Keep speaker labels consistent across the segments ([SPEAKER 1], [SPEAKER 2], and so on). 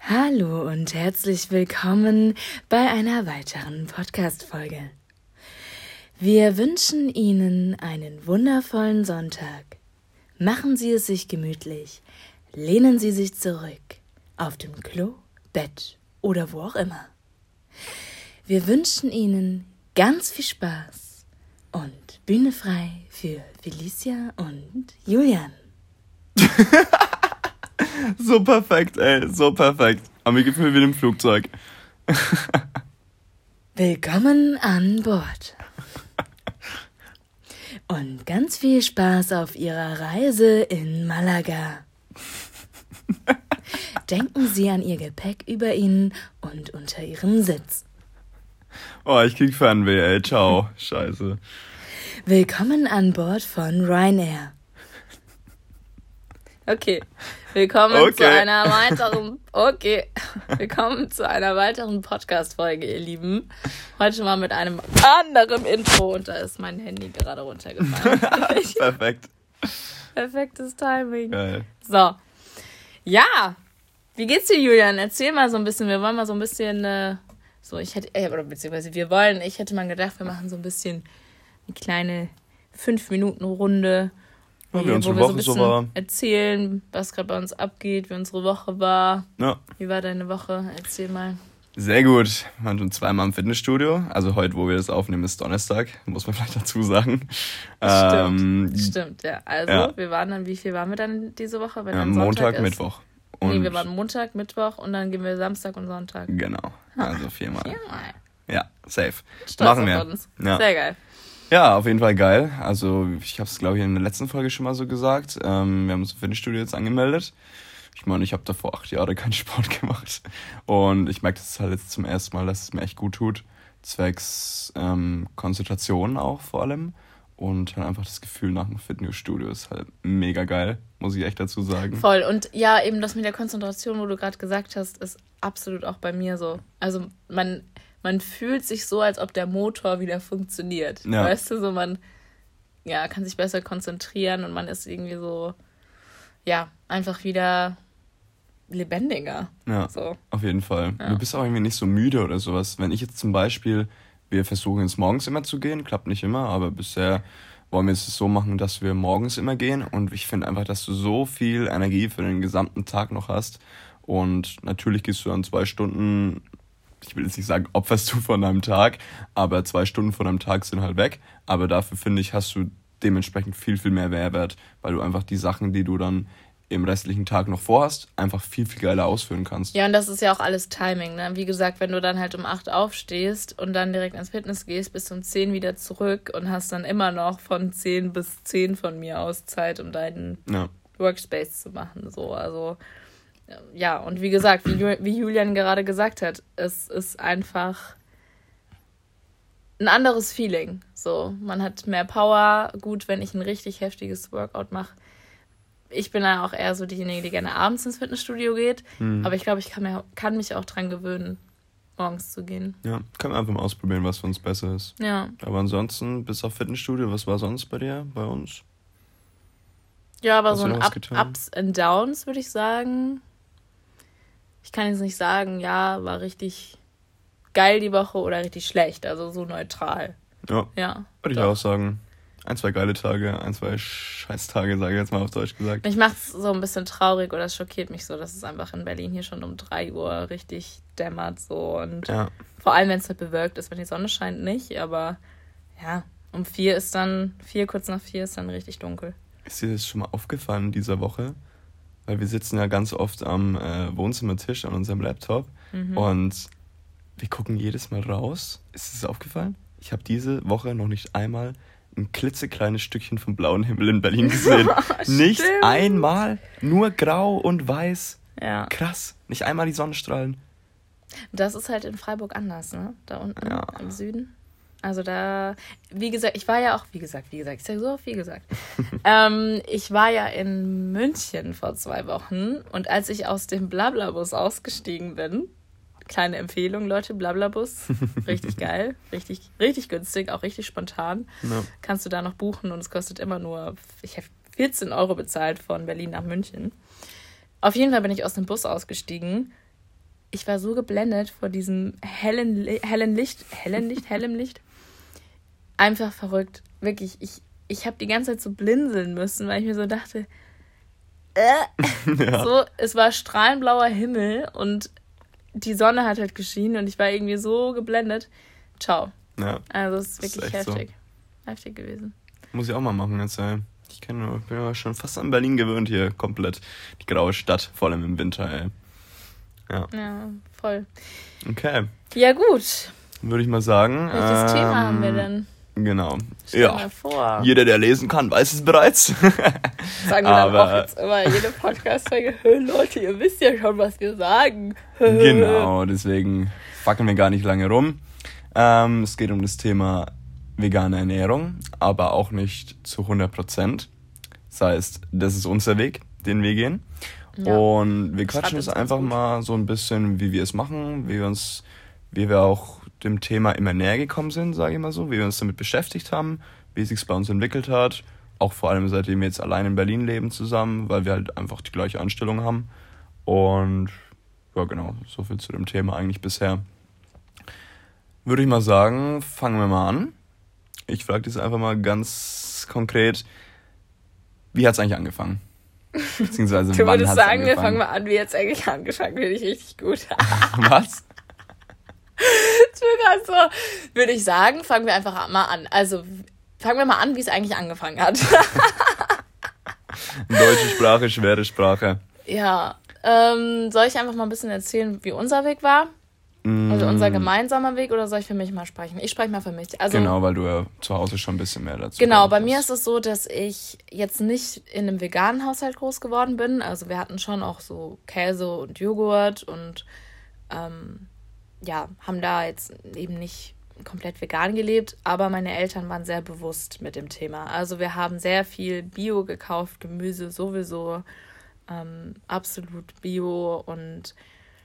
[SPEAKER 1] Hallo und herzlich willkommen bei einer weiteren Podcast-Folge. Wir wünschen Ihnen einen wundervollen Sonntag. Machen Sie es sich gemütlich, lehnen Sie sich zurück, auf dem Klo, Bett oder wo auch immer. Wir wünschen Ihnen ganz viel Spaß und Bühne frei für Felicia und Julian.
[SPEAKER 2] So perfekt, ey, so perfekt. Aber mir gefühlt wie im Flugzeug.
[SPEAKER 1] Willkommen an Bord. Und ganz viel Spaß auf Ihrer Reise in Malaga. Denken Sie an Ihr Gepäck über Ihnen und unter Ihrem Sitz.
[SPEAKER 2] Oh, ich krieg Fernweh, ey, ciao. Scheiße.
[SPEAKER 1] Willkommen an Bord von Ryanair. Okay, willkommen zu einer weiteren Podcast-Folge, ihr Lieben. Heute mal mit einem anderen Intro und da ist mein Handy gerade runtergefallen.
[SPEAKER 2] Perfekt.
[SPEAKER 1] Perfektes Timing.
[SPEAKER 2] Geil.
[SPEAKER 1] So, ja, wie geht's dir, Julian? Erzähl mal so ein bisschen, wir wollen mal so ein bisschen, ich hätte mal gedacht, wir machen so ein bisschen eine kleine 5-Minuten-Runde, wo wir so ein bisschen erzählen, was gerade bei uns abgeht, wie unsere Woche war. Ja. Wie war deine Woche? Erzähl mal.
[SPEAKER 2] Sehr gut. Wir waren schon 2-mal im Fitnessstudio. Also heute, wo wir das aufnehmen, ist Donnerstag. Muss man vielleicht dazu sagen.
[SPEAKER 1] Stimmt, ja. Also, ja. Wie viel waren wir dann diese Woche? Wenn
[SPEAKER 2] Montag, Mittwoch.
[SPEAKER 1] Wir waren Montag, Mittwoch und dann gehen wir Samstag und Sonntag.
[SPEAKER 2] Genau. Also 4-mal. Ja, safe.
[SPEAKER 1] Stolz
[SPEAKER 2] machen wir.
[SPEAKER 1] Auf uns.
[SPEAKER 2] Ja.
[SPEAKER 1] Sehr geil.
[SPEAKER 2] Ja, auf jeden Fall geil. Also ich habe es, glaube ich, in der letzten Folge schon mal so gesagt. Wir haben uns im Fitnessstudio jetzt angemeldet. Ich meine, ich habe davor 8 Jahre keinen Sport gemacht. Und ich merke das halt jetzt zum ersten Mal, dass es mir echt gut tut. Zwecks Konzentration auch vor allem. Und halt einfach das Gefühl nach dem Fitnessstudio ist halt mega geil, muss ich echt dazu sagen.
[SPEAKER 1] Voll. Und ja, eben das mit der Konzentration, wo du gerade gesagt hast, ist absolut auch bei mir so. Also man fühlt sich so, als ob der Motor wieder funktioniert. Ja. Weißt du, so man kann sich besser konzentrieren und man ist irgendwie so, einfach wieder lebendiger.
[SPEAKER 2] Ja, so. Auf jeden Fall. Ja. Du bist auch irgendwie nicht so müde oder sowas. Wenn ich jetzt zum Beispiel, wir versuchen jetzt morgens immer zu gehen, klappt nicht immer, aber bisher wollen wir es so machen, dass wir morgens immer gehen und ich finde einfach, dass du so viel Energie für den gesamten Tag noch hast und natürlich gehst du dann 2 Stunden, ich will jetzt nicht sagen, opferst du von deinem Tag, aber 2 Stunden von deinem Tag sind halt weg. Aber dafür, finde ich, hast du dementsprechend viel, viel mehr Mehrwert, weil du einfach die Sachen, die du dann im restlichen Tag noch vorhast, einfach viel, viel geiler ausführen kannst.
[SPEAKER 1] Ja, und das ist ja auch alles Timing, ne? Wie gesagt, wenn du dann halt um 8 aufstehst und dann direkt ins Fitness gehst, bist du um 10 wieder zurück und hast dann immer noch von 10 bis 10 von mir aus Zeit, um deinen Workspace zu machen. So, also ja, und wie gesagt, wie Julian gerade gesagt hat, es ist einfach ein anderes Feeling. So, man hat mehr Power. Gut, wenn ich ein richtig heftiges Workout mache. Ich bin dann auch eher so diejenige, die gerne abends ins Fitnessstudio geht. Aber ich glaube, ich kann mich auch dran gewöhnen, morgens zu gehen.
[SPEAKER 2] Ja, können wir einfach mal ausprobieren, was für uns besser ist.
[SPEAKER 1] Ja.
[SPEAKER 2] Aber ansonsten, bis auf Fitnessstudio, was war sonst bei dir, bei uns?
[SPEAKER 1] Ja, aber so ein Ups and Downs, würde ich sagen. Ich kann jetzt nicht sagen, war richtig geil die Woche oder richtig schlecht. Also so neutral.
[SPEAKER 2] Ja, würde ich auch sagen. 1, 2 geile Tage, 1, 2 Scheißtage, sage ich jetzt mal auf Deutsch gesagt.
[SPEAKER 1] Mich macht es so ein bisschen traurig oder es schockiert mich so, dass es einfach in Berlin hier schon um 3 Uhr richtig dämmert. So. Und vor allem, wenn es halt bewölkt ist, wenn die Sonne scheint, nicht. Aber um 4 ist dann, kurz nach 4 ist dann richtig dunkel.
[SPEAKER 2] Ist dir das schon mal aufgefallen in dieser Woche? Weil wir sitzen ja ganz oft am Wohnzimmertisch an unserem Laptop und wir gucken jedes Mal raus. Ist es aufgefallen? Ich habe diese Woche noch nicht einmal ein klitzekleines Stückchen vom blauen Himmel in Berlin gesehen. Nicht einmal, nur grau und weiß. Ja. Krass, nicht einmal die Sonnenstrahlen.
[SPEAKER 1] Das ist halt in Freiburg anders, ne? Da unten im Süden. Also da, wie gesagt, ich war ja auch, ich sage so oft wie gesagt. Ich war ja in München vor 2 Wochen und als ich aus dem Blablabus ausgestiegen bin, kleine Empfehlung, Leute, Blablabus, richtig geil, richtig günstig, auch richtig spontan. Ja. Kannst du da noch buchen und es kostet immer nur, ich habe 14 € bezahlt von Berlin nach München. Auf jeden Fall bin ich aus dem Bus ausgestiegen ich war so geblendet vor diesem hellem Licht. Einfach verrückt. Wirklich, ich habe die ganze Zeit so blinzeln müssen, weil ich mir so dachte, ja. So, es war strahlendblauer Himmel und die Sonne hat halt geschienen und ich war irgendwie so geblendet. Ciao. Ja. Also es ist wirklich heftig. So. Heftig gewesen.
[SPEAKER 2] Muss ich auch mal machen jetzt, ey. Ich bin ja schon fast an Berlin gewöhnt hier, komplett. Die graue Stadt, vor allem im Winter, ey.
[SPEAKER 1] Ja, voll.
[SPEAKER 2] Okay.
[SPEAKER 1] Ja, gut.
[SPEAKER 2] Würde ich mal sagen.
[SPEAKER 1] Welches Thema haben wir denn?
[SPEAKER 2] Genau.
[SPEAKER 1] Stell mal vor.
[SPEAKER 2] Jeder, der lesen kann, weiß es bereits.
[SPEAKER 1] Sagen wir dann auch jetzt immer jede Podcast-Folge, Leute, ihr wisst ja schon, was wir sagen.
[SPEAKER 2] Genau, deswegen fackeln wir gar nicht lange rum. Es geht um das Thema vegane Ernährung, aber auch nicht zu 100%. Das heißt, das ist unser Weg, den wir gehen. Ja. Und wir quatschen jetzt einfach mal so ein bisschen, wie wir es machen, wie wir auch dem Thema immer näher gekommen sind, sage ich mal so, wie wir uns damit beschäftigt haben, wie es sich bei uns entwickelt hat, auch vor allem seitdem wir jetzt allein in Berlin leben zusammen, weil wir halt einfach die gleiche Anstellung haben. Und ja, genau, so viel zu dem Thema eigentlich bisher. Würde ich mal sagen, fangen wir mal an. Ich frage dich einfach mal ganz konkret, wie hat es eigentlich angefangen? Beziehungsweise
[SPEAKER 1] du würdest sagen, wir fangen mal an, wie jetzt eigentlich angefangen, finde ich richtig gut.
[SPEAKER 2] Was?
[SPEAKER 1] So, würde ich sagen, fangen wir einfach mal an. Also, fangen wir mal an, wie es eigentlich angefangen hat.
[SPEAKER 2] Deutsche Sprache, schwere Sprache.
[SPEAKER 1] Ja, soll ich einfach mal ein bisschen erzählen, wie unser Weg war? Also unser gemeinsamer Weg, oder soll ich für mich mal sprechen? Ich spreche mal für mich. Also,
[SPEAKER 2] genau, weil du ja zu Hause schon ein bisschen mehr dazu
[SPEAKER 1] genau, bei mir ist es so, dass ich jetzt nicht in einem veganen Haushalt groß geworden bin. Also wir hatten schon auch so Käse und Joghurt und haben da jetzt eben nicht komplett vegan gelebt, aber meine Eltern waren sehr bewusst mit dem Thema. Also wir haben sehr viel Bio gekauft, Gemüse sowieso, absolut Bio und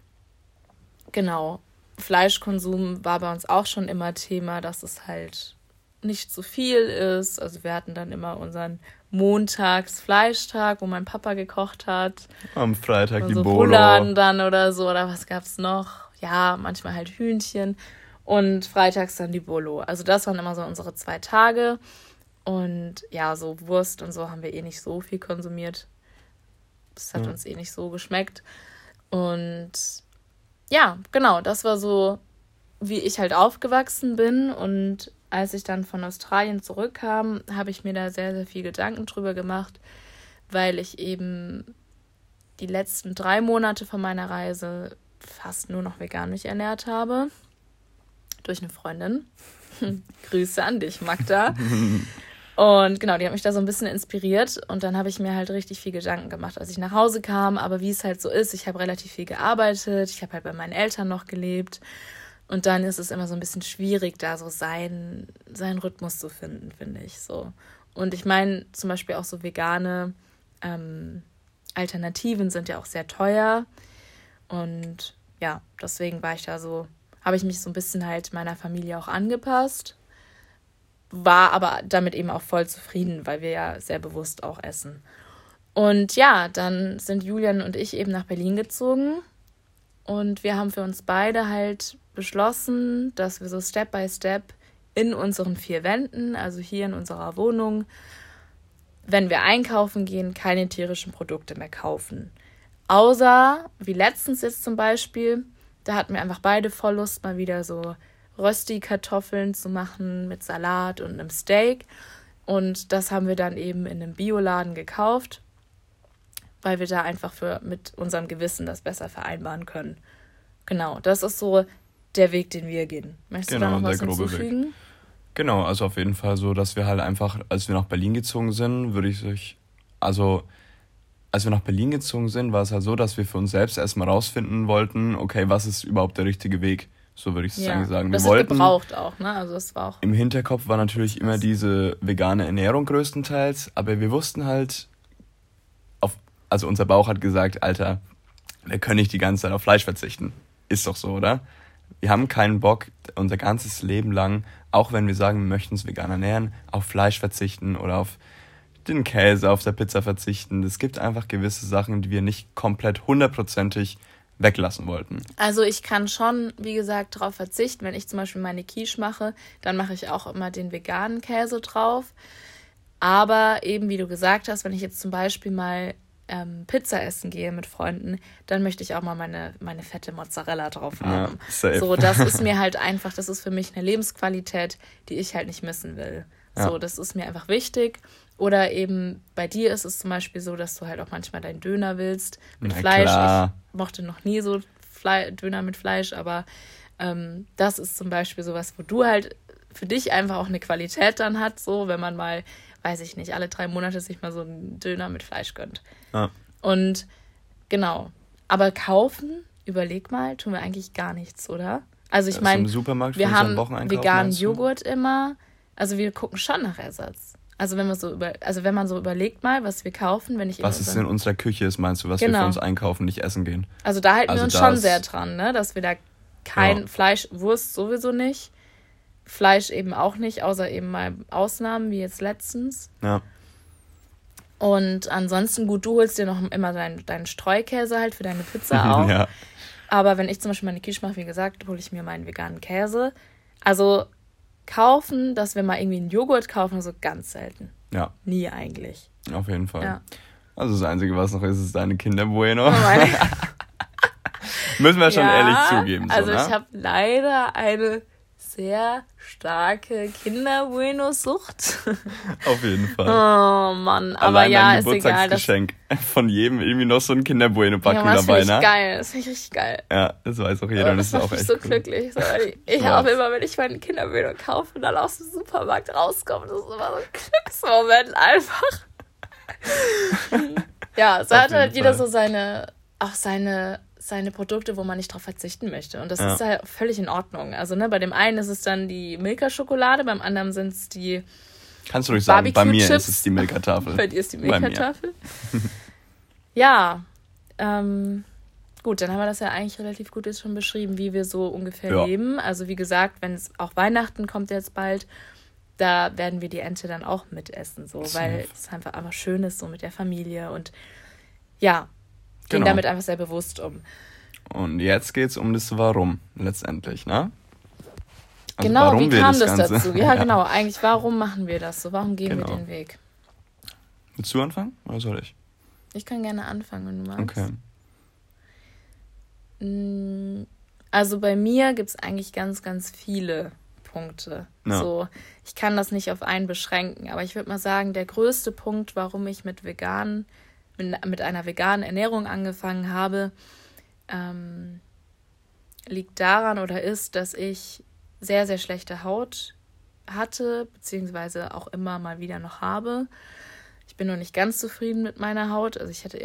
[SPEAKER 1] genau, Fleischkonsum war bei uns auch schon immer Thema, dass es halt nicht zu viel ist. Also wir hatten dann immer unseren Montags-Fleischtag, wo mein Papa gekocht hat.
[SPEAKER 2] Am Freitag die
[SPEAKER 1] so
[SPEAKER 2] Bolo.
[SPEAKER 1] Rouladen dann oder so, oder was gab's noch? Ja, manchmal halt Hühnchen und freitags dann die Bolo. Also das waren immer so unsere 2 Tage und ja, so Wurst und so haben wir nicht so viel konsumiert. Das hat uns nicht so geschmeckt und ja, genau, das war so, wie ich halt aufgewachsen bin und als ich dann von Australien zurückkam, habe ich mir da sehr, sehr viel Gedanken drüber gemacht, weil ich eben die letzten 3 Monate von meiner Reise fast nur noch vegan mich ernährt habe. Durch eine Freundin. Grüße an dich, Magda. Und genau, die hat mich da so ein bisschen inspiriert und dann habe ich mir halt richtig viel Gedanken gemacht, als ich nach Hause kam. Aber wie es halt so ist, ich habe relativ viel gearbeitet, ich habe halt bei meinen Eltern noch gelebt und dann ist es immer so ein bisschen schwierig, da so seinen Rhythmus zu finden, finde ich so. Und ich meine, zum Beispiel auch so vegane Alternativen sind ja auch sehr teuer und ja, deswegen habe ich mich so ein bisschen halt meiner Familie auch angepasst. War aber damit eben auch voll zufrieden, weil wir ja sehr bewusst auch essen. Und ja, dann sind Julian und ich eben nach Berlin gezogen und wir haben für uns beide halt beschlossen, dass wir so Step by Step in unseren 4 Wänden, also hier in unserer Wohnung, wenn wir einkaufen gehen, keine tierischen Produkte mehr kaufen. Außer, wie letztens jetzt zum Beispiel, da hatten wir einfach beide voll Lust, mal wieder so Rösti-Kartoffeln zu machen mit Salat und einem Steak. Und das haben wir dann eben in einem Bioladen gekauft, weil wir da einfach mit unserem Gewissen das besser vereinbaren können. Genau, das ist so der Weg, den wir gehen. Möchtest du da noch was hinzufügen?
[SPEAKER 2] Weg. Genau, also auf jeden Fall so, dass wir halt einfach, als wir nach Berlin gezogen sind, als wir nach Berlin gezogen sind, war es halt so, dass wir für uns selbst erstmal rausfinden wollten, okay, was ist überhaupt der richtige Weg? So würde ich es sagen.
[SPEAKER 1] Das ist gebraucht auch, ne? Also es war auch
[SPEAKER 2] im Hinterkopf war natürlich immer diese vegane Ernährung größtenteils, aber wir wussten halt, also unser Bauch hat gesagt, Alter, wir können nicht die ganze Zeit auf Fleisch verzichten. Ist doch so, oder? Wir haben keinen Bock, unser ganzes Leben lang, auch wenn wir sagen, wir möchten uns vegan ernähren, auf Fleisch verzichten oder auf den Käse auf der Pizza verzichten. Es gibt einfach gewisse Sachen, die wir nicht komplett 100%ig weglassen wollten.
[SPEAKER 1] Also ich kann schon, wie gesagt, darauf verzichten. Wenn ich zum Beispiel meine Quiche mache, dann mache ich auch immer den veganen Käse drauf. Aber eben, wie du gesagt hast, wenn ich jetzt zum Beispiel mal Pizza essen gehe mit Freunden, dann möchte ich auch mal meine fette Mozzarella drauf haben. Ja, safe. So, das ist mir halt einfach, das ist für mich eine Lebensqualität, die ich halt nicht missen will. Ja. So, das ist mir einfach wichtig. Oder eben bei dir ist es zum Beispiel so, dass du halt auch manchmal deinen Döner willst mit Fleisch. Klar. Ich mochte noch nie so Döner mit Fleisch, aber das ist zum Beispiel sowas, wo du halt für dich einfach auch eine Qualität dann hat, so, wenn man mal, weiß ich nicht, alle 3 Monate sich mal so einen Döner mit Fleisch gönnt. Ja. Und genau. Aber kaufen, überleg mal, tun wir eigentlich gar nichts, oder? Also ich meine, wir haben veganen Joghurt immer. Also wir gucken schon nach Ersatz. Also wenn man so überlegt mal, was wir kaufen, wenn ich
[SPEAKER 2] was es in unserer Küche ist, meinst du, was wir für uns einkaufen, nicht essen gehen?
[SPEAKER 1] Also da halten wir uns schon sehr dran, ne? Dass wir da kein Fleisch, Wurst sowieso nicht, Fleisch eben auch nicht, außer eben mal Ausnahmen, wie jetzt letztens. Ja. Und ansonsten, gut, du holst dir noch immer deinen Streukäse halt für deine Pizza auch. Ja. Aber wenn ich zum Beispiel meine Quiche mache, wie gesagt, hole ich mir meinen veganen Käse. Also kaufen, dass wir mal irgendwie einen Joghurt kaufen, so ganz selten. Ja. Nie eigentlich.
[SPEAKER 2] Auf jeden Fall. Ja. Also das Einzige, was noch ist deine Kinder Bueno. Oh müssen wir schon ehrlich zugeben. So,
[SPEAKER 1] also ich habe leider eine sehr starke Kinder-Bueno-Sucht.
[SPEAKER 2] Auf jeden Fall.
[SPEAKER 1] Oh Mann, aber ja, ist egal.
[SPEAKER 2] Geburtstagsgeschenk von jedem irgendwie noch so ein Kinder-Bueno-Packen dabei, ne?
[SPEAKER 1] Das finde ich richtig geil.
[SPEAKER 2] Ja, das weiß auch jeder und das ist auch echt
[SPEAKER 1] so glücklich. So, ich habe immer, wenn ich meine Kinder-Bueno kaufe und dann aus dem Supermarkt rauskomme, das ist immer so ein Glücksmoment einfach. Ja, so hat halt jeder so seine Produkte, wo man nicht drauf verzichten möchte. Und das ist halt völlig in Ordnung. Also, ne, bei dem einen ist es dann die Milka-Schokolade, beim anderen sind es die
[SPEAKER 2] Kannst du ruhig sagen, bei mir ist es die Milka-Tafel.
[SPEAKER 1] Bei dir ist die Milka-Tafel? Ja. Gut, dann haben wir das ja eigentlich relativ gut jetzt schon beschrieben, wie wir so ungefähr leben. Also, wie gesagt, wenn es auch Weihnachten kommt jetzt bald, da werden wir die Ente dann auch mitessen, so, weil es einfach schön ist, so mit der Familie und ja, gehen damit einfach sehr bewusst um.
[SPEAKER 2] Und jetzt geht's um das Warum letztendlich, ne?
[SPEAKER 1] Also genau, wie kam das dazu? Ja, genau, eigentlich, warum machen wir das so? Warum gehen wir den Weg?
[SPEAKER 2] Willst du anfangen oder soll ich?
[SPEAKER 1] Ich kann gerne anfangen, wenn du magst. Okay. Also bei mir gibt's eigentlich ganz, ganz viele Punkte. Ja. So, ich kann das nicht auf einen beschränken, aber ich würde mal sagen, der größte Punkt, warum ich mit einer veganen Ernährung angefangen habe, liegt daran oder ist, dass ich sehr, sehr schlechte Haut hatte, beziehungsweise auch immer mal wieder noch habe. Ich bin noch nicht ganz zufrieden mit meiner Haut. Also ich hatte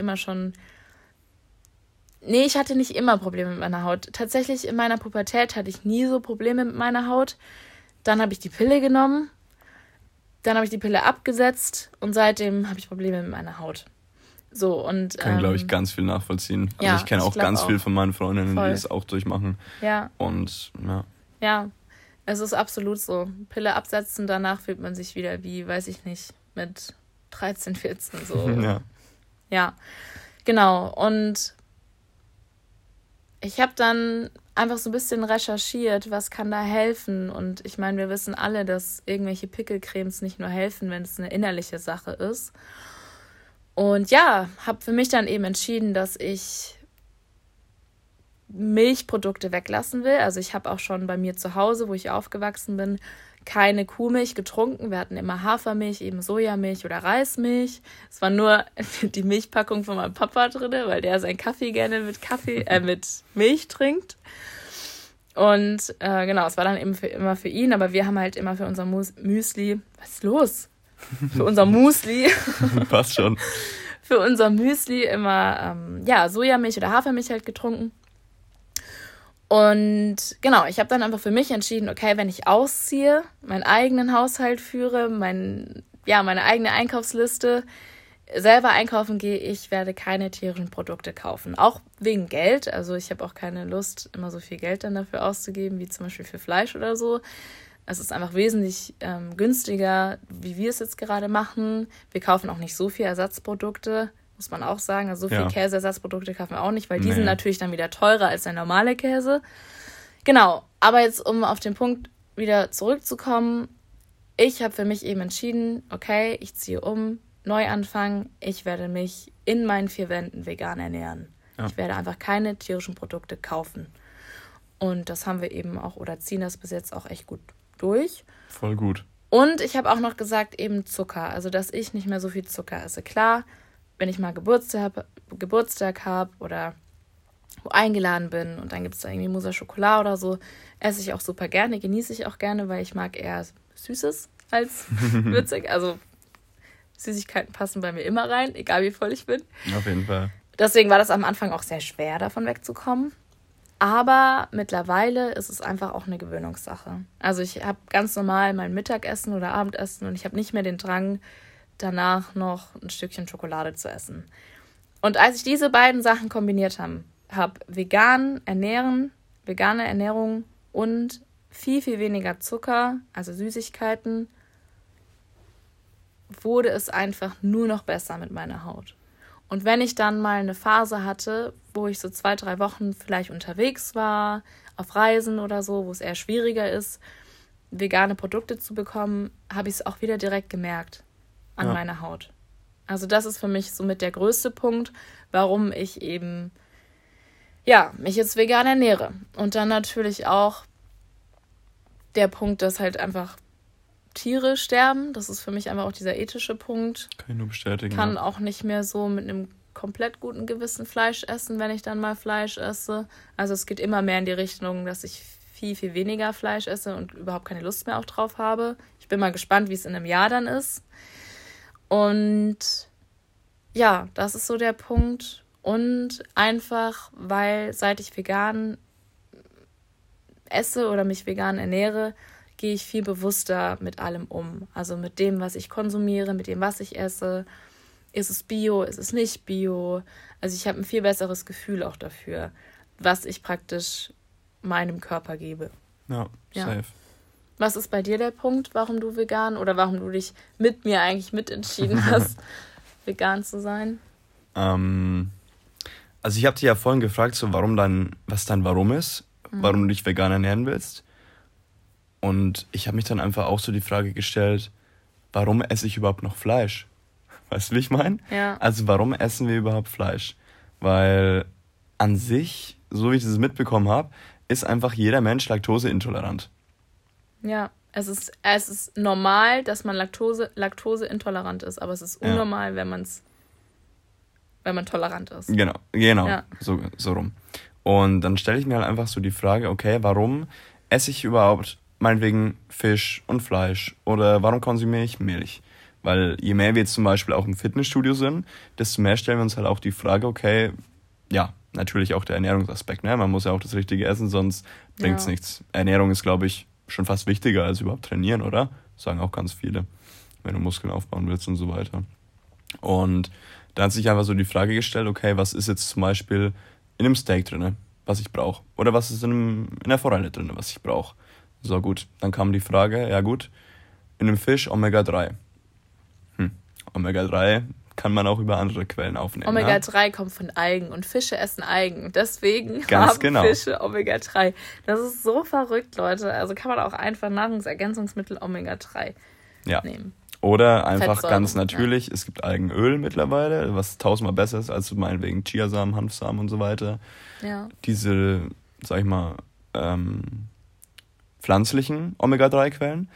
[SPEAKER 1] nicht immer Probleme mit meiner Haut. Tatsächlich in meiner Pubertät hatte ich nie so Probleme mit meiner Haut. Dann habe ich die Pille genommen, dann habe ich die Pille abgesetzt und seitdem habe ich Probleme mit meiner Haut. So, und
[SPEAKER 2] kann, glaube ich, ganz viel nachvollziehen. Also ja, ich kenne auch ganz viel von meinen Freundinnen, die das auch durchmachen. Ja. Und ja.
[SPEAKER 1] Ja, es ist absolut so. Pille absetzen, danach fühlt man sich wieder wie, weiß ich nicht, mit 13, 14 so. Ja. Ja, genau. Und ich habe dann einfach so ein bisschen recherchiert, was kann da helfen. Und ich meine, wir wissen alle, dass irgendwelche Pickelcremes nicht nur helfen, wenn es eine innerliche Sache ist. Und ja, habe für mich dann eben entschieden, dass ich Milchprodukte weglassen will. Also ich habe auch schon bei mir zu Hause, wo ich aufgewachsen bin, keine Kuhmilch getrunken. Wir hatten immer Hafermilch, eben Sojamilch oder Reismilch. Es war nur die Milchpackung von meinem Papa drin, weil der seinen Kaffee gerne mit Milch trinkt. Und genau, es war dann eben immer für ihn, aber wir haben halt immer für unser Müsli, was ist los? Für unser Müsli.
[SPEAKER 2] Passt schon.
[SPEAKER 1] Für unser Müsli immer Sojamilch oder Hafermilch halt getrunken. Und genau, ich habe dann einfach für mich entschieden, okay, wenn ich ausziehe, meinen eigenen Haushalt führe, meine eigene Einkaufsliste, selber einkaufen gehe, ich werde keine tierischen Produkte kaufen. Auch wegen Geld. Also ich habe auch keine Lust, immer so viel Geld dann dafür auszugeben, wie zum Beispiel für Fleisch oder so. Es ist einfach wesentlich günstiger, wie wir es jetzt gerade machen. Wir kaufen auch nicht so viele Ersatzprodukte. muss man auch sagen. Also so viel Käseersatzprodukte kaufen wir auch nicht, weil die sind natürlich dann wieder teurer als der normale Käse. Genau, aber jetzt, um auf den Punkt wieder zurückzukommen, ich habe für mich eben entschieden, okay, ich ziehe um, Neuanfang, ich werde mich in meinen 4 Wänden vegan ernähren. Ja. Ich werde einfach keine tierischen Produkte kaufen. Und das haben wir eben auch, oder ziehen das bis jetzt auch echt gut durch.
[SPEAKER 2] Voll gut.
[SPEAKER 1] Und ich habe auch noch gesagt, eben Zucker, also dass ich nicht mehr so viel Zucker esse. Klar, wenn ich mal Geburtstag habe oder wo eingeladen bin und dann gibt es da irgendwie Mousse Schokolade oder so, esse ich auch super gerne, genieße ich auch gerne, weil ich mag eher Süßes als würzig. Also Süßigkeiten passen bei mir immer rein, egal wie voll ich bin.
[SPEAKER 2] Auf jeden Fall.
[SPEAKER 1] Deswegen war das am Anfang auch sehr schwer, davon wegzukommen. Aber mittlerweile ist es einfach auch eine Gewöhnungssache. Also ich habe ganz normal mein Mittagessen oder Abendessen und ich habe nicht mehr den Drang, danach noch ein Stückchen Schokolade zu essen. Und als ich diese beiden Sachen kombiniert habe, vegane Ernährung und viel, viel weniger Zucker, also Süßigkeiten, wurde es einfach nur noch besser mit meiner Haut. Und wenn ich dann mal eine Phase hatte, wo ich so 2-3 Wochen vielleicht unterwegs war, auf Reisen oder so, wo es eher schwieriger ist, vegane Produkte zu bekommen, habe ich es auch wieder direkt gemerkt an meiner Haut. Also das ist für mich somit der größte Punkt, warum ich eben mich jetzt vegan ernähre. Und dann natürlich auch der Punkt, dass halt einfach Tiere sterben. Das ist für mich einfach auch dieser ethische Punkt.
[SPEAKER 2] Kann ich nur bestätigen.
[SPEAKER 1] Kann auch nicht mehr so mit einem komplett guten Gewissen Fleisch essen, wenn ich dann mal Fleisch esse. Also es geht immer mehr in die Richtung, dass ich viel, viel weniger Fleisch esse und überhaupt keine Lust mehr auch drauf habe. Ich bin mal gespannt, wie es in einem Jahr dann ist. Und ja, das ist so der Punkt. Und einfach, weil seit ich vegan esse oder mich vegan ernähre, gehe ich viel bewusster mit allem um. Also mit dem, was ich konsumiere, mit dem, was ich esse. Ist es Bio, ist es nicht Bio? Also ich habe ein viel besseres Gefühl auch dafür, was ich praktisch meinem Körper gebe.
[SPEAKER 2] Ja, safe.
[SPEAKER 1] Was ist bei dir der Punkt, warum du vegan oder warum du dich mit mir eigentlich mitentschieden hast, vegan zu sein?
[SPEAKER 2] Also ich habe dich ja vorhin gefragt, so was dein Warum ist, warum du dich vegan ernähren willst. Und ich habe mich dann einfach auch so die Frage gestellt, warum esse ich überhaupt noch Fleisch? Weißt du, wie ich meine?
[SPEAKER 1] Ja.
[SPEAKER 2] Also warum essen wir überhaupt Fleisch? Weil an sich, so wie ich das mitbekommen habe, ist einfach jeder Mensch laktoseintolerant.
[SPEAKER 1] Ja, es ist normal, dass man laktoseintolerant ist, aber es ist unnormal, wenn man tolerant ist. Genau,
[SPEAKER 2] ja. so rum. Und dann stelle ich mir halt einfach so die Frage, okay, warum esse ich überhaupt meinetwegen Fisch und Fleisch oder warum konsumiere ich Milch? Weil je mehr wir jetzt zum Beispiel auch im Fitnessstudio sind, desto mehr stellen wir uns halt auch die Frage, okay, ja, natürlich auch der Ernährungsaspekt, ne? Man muss ja auch das Richtige essen, sonst bringt es nichts. Ernährung ist, glaube ich, schon fast wichtiger als überhaupt trainieren, oder? Sagen auch ganz viele, wenn du Muskeln aufbauen willst und so weiter. Und da hat sich einfach so die Frage gestellt, okay, was ist jetzt zum Beispiel in einem Steak drin, was ich brauche? Oder was ist in der Forelle drin, was ich brauche? So, gut, dann kam die Frage, ja gut, in einem Fisch Omega-3. Omega-3 kann man auch über andere Quellen aufnehmen.
[SPEAKER 1] Omega-3 kommt von Algen und Fische essen Algen. Deswegen haben Fische Omega-3. Das ist so verrückt, Leute. Also kann man auch einfach Nahrungsergänzungsmittel Omega-3 nehmen.
[SPEAKER 2] Oder einfach ganz natürlich, es gibt Algenöl mittlerweile, was 1000-mal besser ist als meinetwegen Chiasamen, Hanfsamen und so weiter.
[SPEAKER 1] Ja.
[SPEAKER 2] Diese, sag ich mal, pflanzlichen Omega-3-Quellen.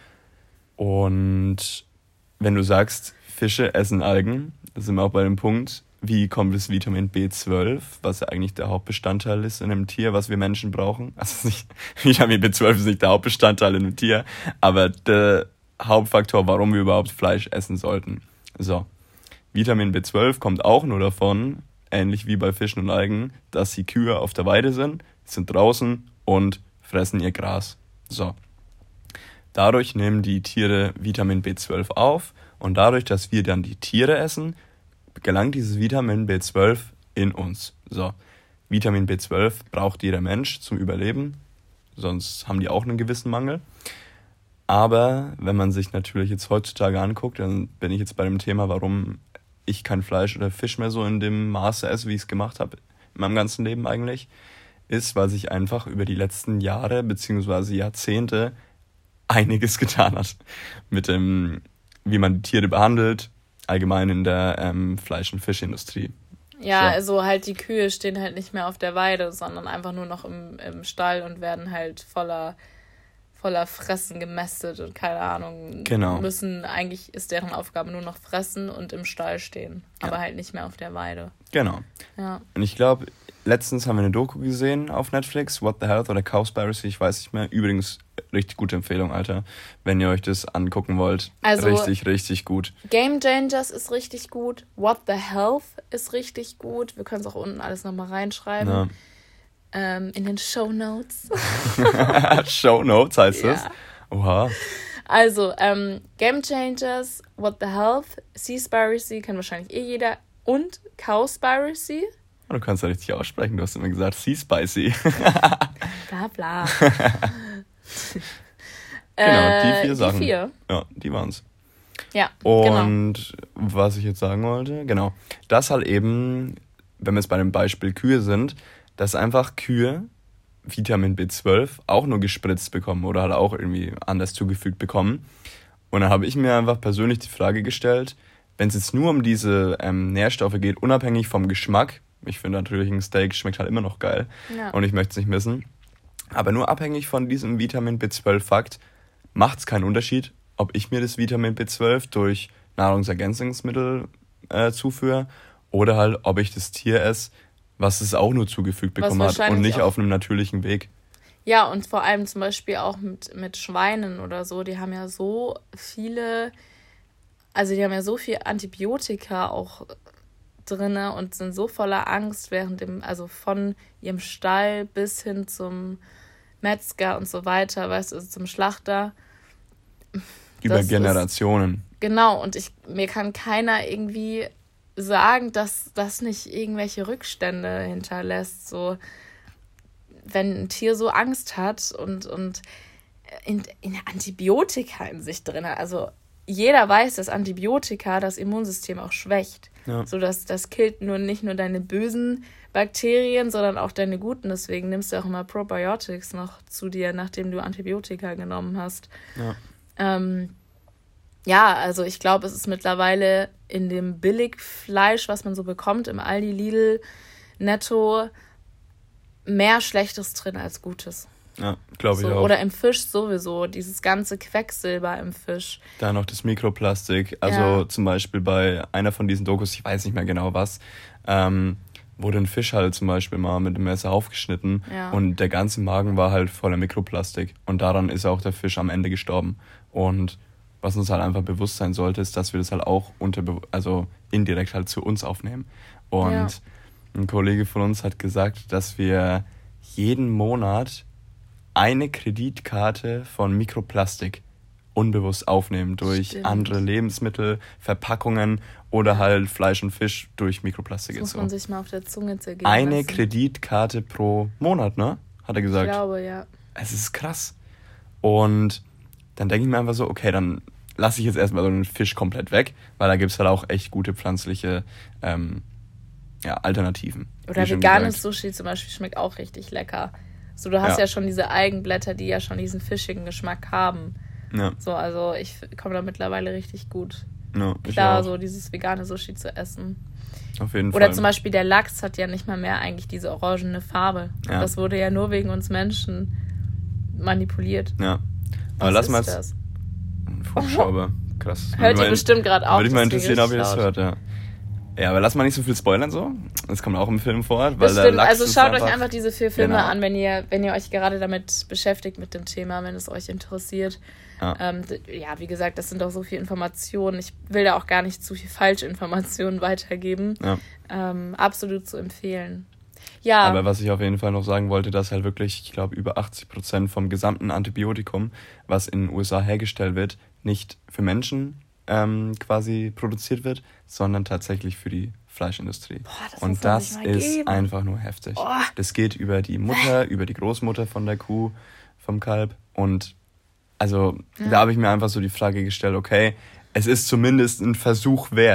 [SPEAKER 2] Und wenn du sagst, Fische essen Algen, da sind wir auch bei dem Punkt, wie kommt das Vitamin B12, was ja eigentlich der Hauptbestandteil ist in einem Tier, was wir Menschen brauchen. Also Vitamin B12 ist nicht der Hauptbestandteil in einem Tier, aber der Hauptfaktor, warum wir überhaupt Fleisch essen sollten. So, Vitamin B12 kommt auch nur davon, ähnlich wie bei Fischen und Algen, dass die Kühe auf der Weide sind draußen und fressen ihr Gras. So. Dadurch nehmen die Tiere Vitamin B12 auf und dadurch, dass wir dann die Tiere essen, gelangt dieses Vitamin B12 in uns. So, Vitamin B12 braucht jeder Mensch zum Überleben, sonst haben die auch einen gewissen Mangel. Aber wenn man sich natürlich jetzt heutzutage anguckt, dann bin ich jetzt bei dem Thema, warum ich kein Fleisch oder Fisch mehr so in dem Maße esse, wie ich es gemacht habe in meinem ganzen Leben eigentlich, ist, weil sich einfach über die letzten Jahre bzw. Jahrzehnte einiges getan hat mit dem, wie man die Tiere behandelt, allgemein in der Fleisch- und Fischindustrie.
[SPEAKER 1] Ja, so. Also halt die Kühe stehen halt nicht mehr auf der Weide, sondern einfach nur noch im Stall und werden halt voller Fressen gemästet und keine Ahnung.
[SPEAKER 2] Genau.
[SPEAKER 1] Eigentlich ist deren Aufgabe nur noch fressen und im Stall stehen, aber halt nicht mehr auf der Weide.
[SPEAKER 2] Genau.
[SPEAKER 1] Ja.
[SPEAKER 2] Und ich glaube, letztens haben wir eine Doku gesehen auf Netflix, What the Health oder Cowspiracy, ich weiß nicht mehr. Übrigens, richtig gute Empfehlung, Alter, wenn ihr euch das angucken wollt. Also, richtig, richtig gut.
[SPEAKER 1] Game Changers ist richtig gut. What the Health ist richtig gut. Wir können es auch unten alles nochmal reinschreiben. Ja. In den Shownotes.
[SPEAKER 2] Shownotes heißt das? Oha.
[SPEAKER 1] Also, Game Changers, What the Health, Seaspiracy, kennt wahrscheinlich jeder. Und Cowspiracy.
[SPEAKER 2] Du kannst ja richtig aussprechen, du hast immer gesagt Seaspicy.
[SPEAKER 1] Bla bla.
[SPEAKER 2] Genau, die 4 Sachen.
[SPEAKER 1] Die 4.
[SPEAKER 2] Ja, die waren's.
[SPEAKER 1] Ja,
[SPEAKER 2] und was ich jetzt sagen wollte, genau, das halt eben, wenn wir jetzt bei dem Beispiel Kühe sind, dass einfach Kühe Vitamin B12 auch nur gespritzt bekommen oder halt auch irgendwie anders zugefügt bekommen. Und dann habe ich mir einfach persönlich die Frage gestellt, wenn es jetzt nur um diese Nährstoffe geht, unabhängig vom Geschmack, ich finde natürlich ein Steak schmeckt halt immer noch geil und ich möchte es nicht missen, aber nur abhängig von diesem Vitamin B12-Fakt macht es keinen Unterschied, ob ich mir das Vitamin B12 durch Nahrungsergänzungsmittel zuführe oder halt, ob ich das Tier esse, was es auch nur zugefügt bekommen hat und nicht auf einem natürlichen Weg.
[SPEAKER 1] Ja, und vor allem zum Beispiel auch mit Schweinen oder so, die haben ja so viele, also die haben ja so viel Antibiotika auch drin und sind so voller Angst also von ihrem Stall bis hin zum Metzger und so weiter, weißt du, also zum Schlachter.
[SPEAKER 2] Über Generationen.
[SPEAKER 1] Genau, und mir kann keiner irgendwie sagen, dass das nicht irgendwelche Rückstände hinterlässt, so wenn ein Tier so Angst hat und in Antibiotika in sich drin hat. Also jeder weiß, dass Antibiotika das Immunsystem auch schwächt. Ja. So dass das killt nicht nur deine bösen Bakterien, sondern auch deine guten. Deswegen nimmst du auch immer Probiotics noch zu dir, nachdem du Antibiotika genommen hast. Ja, also ich glaube, es ist mittlerweile in dem Billigfleisch, was man so bekommt, im Aldi, Lidl, Netto, mehr Schlechtes drin als Gutes.
[SPEAKER 2] Ja, glaube ich auch.
[SPEAKER 1] Oder im Fisch sowieso, dieses ganze Quecksilber im Fisch.
[SPEAKER 2] Da noch das Mikroplastik, also zum Beispiel bei einer von diesen Dokus, ich weiß nicht mehr genau was, wurde ein Fisch halt zum Beispiel mal mit dem Messer aufgeschnitten und der ganze Magen war halt voller Mikroplastik und daran ist auch der Fisch am Ende gestorben. Und was uns halt einfach bewusst sein sollte, ist, dass wir das halt auch indirekt halt zu uns aufnehmen. Und ein Kollege von uns hat gesagt, dass wir jeden Monat eine Kreditkarte von Mikroplastik unbewusst aufnehmen durch andere Lebensmittel, Verpackungen oder halt Fleisch und Fisch durch Mikroplastik.
[SPEAKER 1] Das muss man sich mal auf der Zunge zergehen
[SPEAKER 2] Eine
[SPEAKER 1] lassen.
[SPEAKER 2] Kreditkarte pro Monat, ne? Hat er gesagt.
[SPEAKER 1] Ich glaube, ja.
[SPEAKER 2] Es ist krass. Und dann denke ich mir einfach so, okay, dann lasse ich jetzt erstmal so einen Fisch komplett weg, weil da gibt es halt auch echt gute pflanzliche Alternativen.
[SPEAKER 1] Oder veganes Sushi zum Beispiel schmeckt auch richtig lecker. So, du hast ja schon diese Algenblätter, die ja schon diesen fischigen Geschmack haben. Ja. So, also ich komme da mittlerweile richtig gut klar, so dieses vegane Sushi zu essen.
[SPEAKER 2] Auf jeden Fall.
[SPEAKER 1] Oder zum Beispiel der Lachs hat ja nicht mal mehr eigentlich diese orangene Farbe. Ja. Das wurde ja nur wegen uns Menschen manipuliert.
[SPEAKER 2] Ja. Aber lass mal jetzt... Fußschraube. Krass.
[SPEAKER 1] Hört ihr bestimmt gerade auch.
[SPEAKER 2] Würde mich mal interessieren, ob ihr das hört, ja. Ja, aber lass mal nicht so viel spoilern so. Das kommt auch im Film vor. Weil der Lachs
[SPEAKER 1] also schaut euch einfach diese 4 Filme an, wenn ihr euch gerade damit beschäftigt mit dem Thema, wenn es euch interessiert. Ja, wie gesagt, das sind auch so viele Informationen. Ich will da auch gar nicht zu viel falsche Informationen weitergeben. Ja. Absolut zu empfehlen. Ja.
[SPEAKER 2] Aber was ich auf jeden Fall noch sagen wollte, dass halt wirklich, ich glaube, über 80% vom gesamten Antibiotikum, was in den USA hergestellt wird, nicht für Menschen quasi produziert wird, sondern tatsächlich für die Fleischindustrie. Und das ist einfach nur heftig. Oh. Das geht über die Mutter, über die Großmutter von der Kuh, vom Kalb. Und also da habe ich mir einfach so die Frage gestellt, okay, es ist zumindest ein Versuch wert,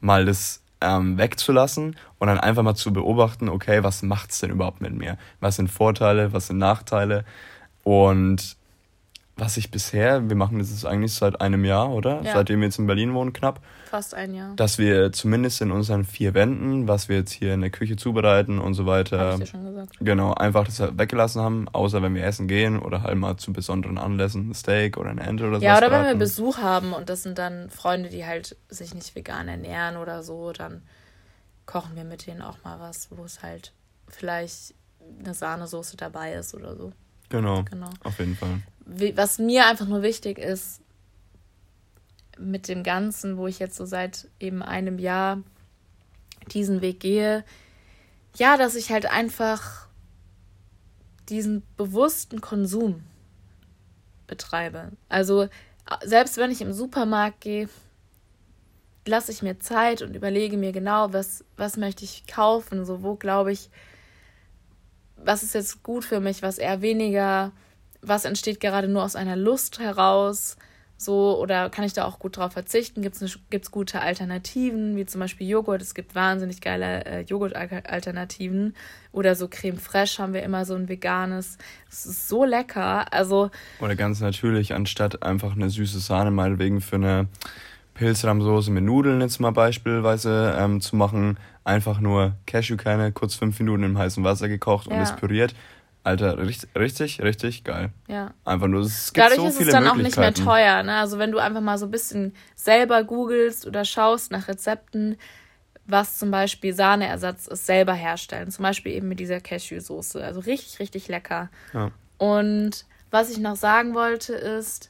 [SPEAKER 2] mal das wegzulassen und dann einfach mal zu beobachten, okay, was macht's denn überhaupt mit mir? Was sind Vorteile, was sind Nachteile? Und was ich bisher, wir machen das jetzt eigentlich seit einem Jahr, oder? Ja. Seitdem wir jetzt in Berlin wohnen, knapp.
[SPEAKER 1] Fast ein Jahr.
[SPEAKER 2] Dass wir zumindest in unseren 4 Wänden, was wir jetzt hier in der Küche zubereiten und so weiter. Hab ich dir schon gesagt. Genau, einfach das weggelassen haben, außer wenn wir essen gehen oder halt mal zu besonderen Anlässen, ein Steak oder eine Ente oder so.
[SPEAKER 1] Ja, oder wenn wir Besuch haben und das sind dann Freunde, die halt sich nicht vegan ernähren oder so, dann kochen wir mit denen auch mal was, wo es halt vielleicht eine Sahnesoße dabei ist oder so.
[SPEAKER 2] Genau, auf jeden Fall.
[SPEAKER 1] Was mir einfach nur wichtig ist, mit dem Ganzen, wo ich jetzt so seit eben einem Jahr diesen Weg gehe, ja, dass ich halt einfach diesen bewussten Konsum betreibe. Also selbst wenn ich im Supermarkt gehe, lasse ich mir Zeit und überlege mir genau, was möchte ich kaufen, so wo glaube ich, was ist jetzt gut für mich, was eher weniger, was entsteht gerade nur aus einer Lust heraus, so, oder kann ich da auch gut drauf verzichten? Gibt's gute Alternativen, wie zum Beispiel Joghurt? Es gibt wahnsinnig geile Joghurt-Alternativen. Oder so Creme Fraiche haben wir immer so ein veganes. Das ist so lecker. Also
[SPEAKER 2] oder ganz natürlich, anstatt einfach eine süße Sahne meinetwegen für eine Pilzrahmsoße mit Nudeln jetzt mal beispielsweise zu machen, einfach nur Cashewkerne, kurz 5 Minuten im heißen Wasser gekocht und es püriert. Alter, richtig, richtig geil.
[SPEAKER 1] Ja.
[SPEAKER 2] Einfach nur, es gibt
[SPEAKER 1] dadurch
[SPEAKER 2] so
[SPEAKER 1] ist
[SPEAKER 2] viele
[SPEAKER 1] es dann
[SPEAKER 2] Möglichkeiten.
[SPEAKER 1] Auch nicht mehr teuer, ne? Also wenn du einfach mal so ein bisschen selber googelst oder schaust nach Rezepten, was zum Beispiel Sahneersatz ist, selber herstellen. Zum Beispiel eben mit dieser Cashew-Soße. Also richtig, richtig lecker. Ja. Und was ich noch sagen wollte ist,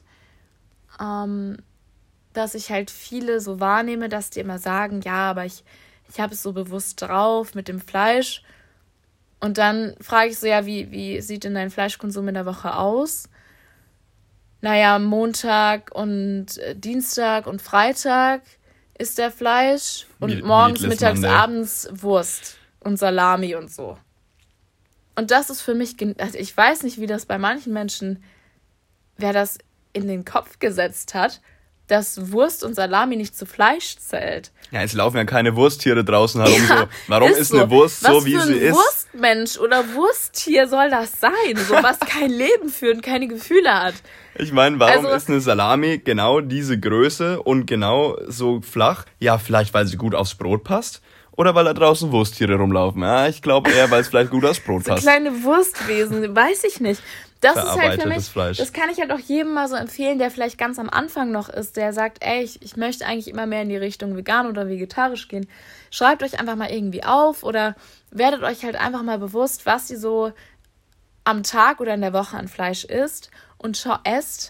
[SPEAKER 1] dass ich halt viele so wahrnehme, dass die immer sagen, ja, aber ich habe es so bewusst drauf mit dem Fleisch. Und dann frage ich so, ja, wie sieht denn dein Fleischkonsum in der Woche aus? Naja, Montag und Dienstag und Freitag isst der Fleisch und morgens, mittags, abends Wurst und Salami und so. Und das ist für mich, also ich weiß nicht, wie das bei manchen Menschen, wer das in den Kopf gesetzt hat, dass Wurst und Salami nicht zu Fleisch zählt.
[SPEAKER 2] Ja, es laufen ja keine Wursttiere draußen herum. Ja, so. Warum ist eine Wurst so, wie sie ist?
[SPEAKER 1] Was für ein Wurstmensch oder Wursttier soll das sein? So, was kein Leben führt und keine Gefühle hat.
[SPEAKER 2] Ich meine, warum ist eine Salami genau diese Größe und genau so flach? Ja, vielleicht, weil sie gut aufs Brot passt. Oder weil da draußen Wursttiere rumlaufen. Ja, ich glaube eher, weil es vielleicht gut aufs Brot passt.
[SPEAKER 1] So kleine Wurstwesen, weiß ich nicht. Das ist halt für mich, das kann ich halt auch jedem mal so empfehlen, der vielleicht ganz am Anfang noch ist, der sagt, ey, ich möchte eigentlich immer mehr in die Richtung vegan oder vegetarisch gehen. Schreibt euch einfach mal irgendwie auf oder werdet euch halt einfach mal bewusst, was ihr so am Tag oder in der Woche an Fleisch isst und esst.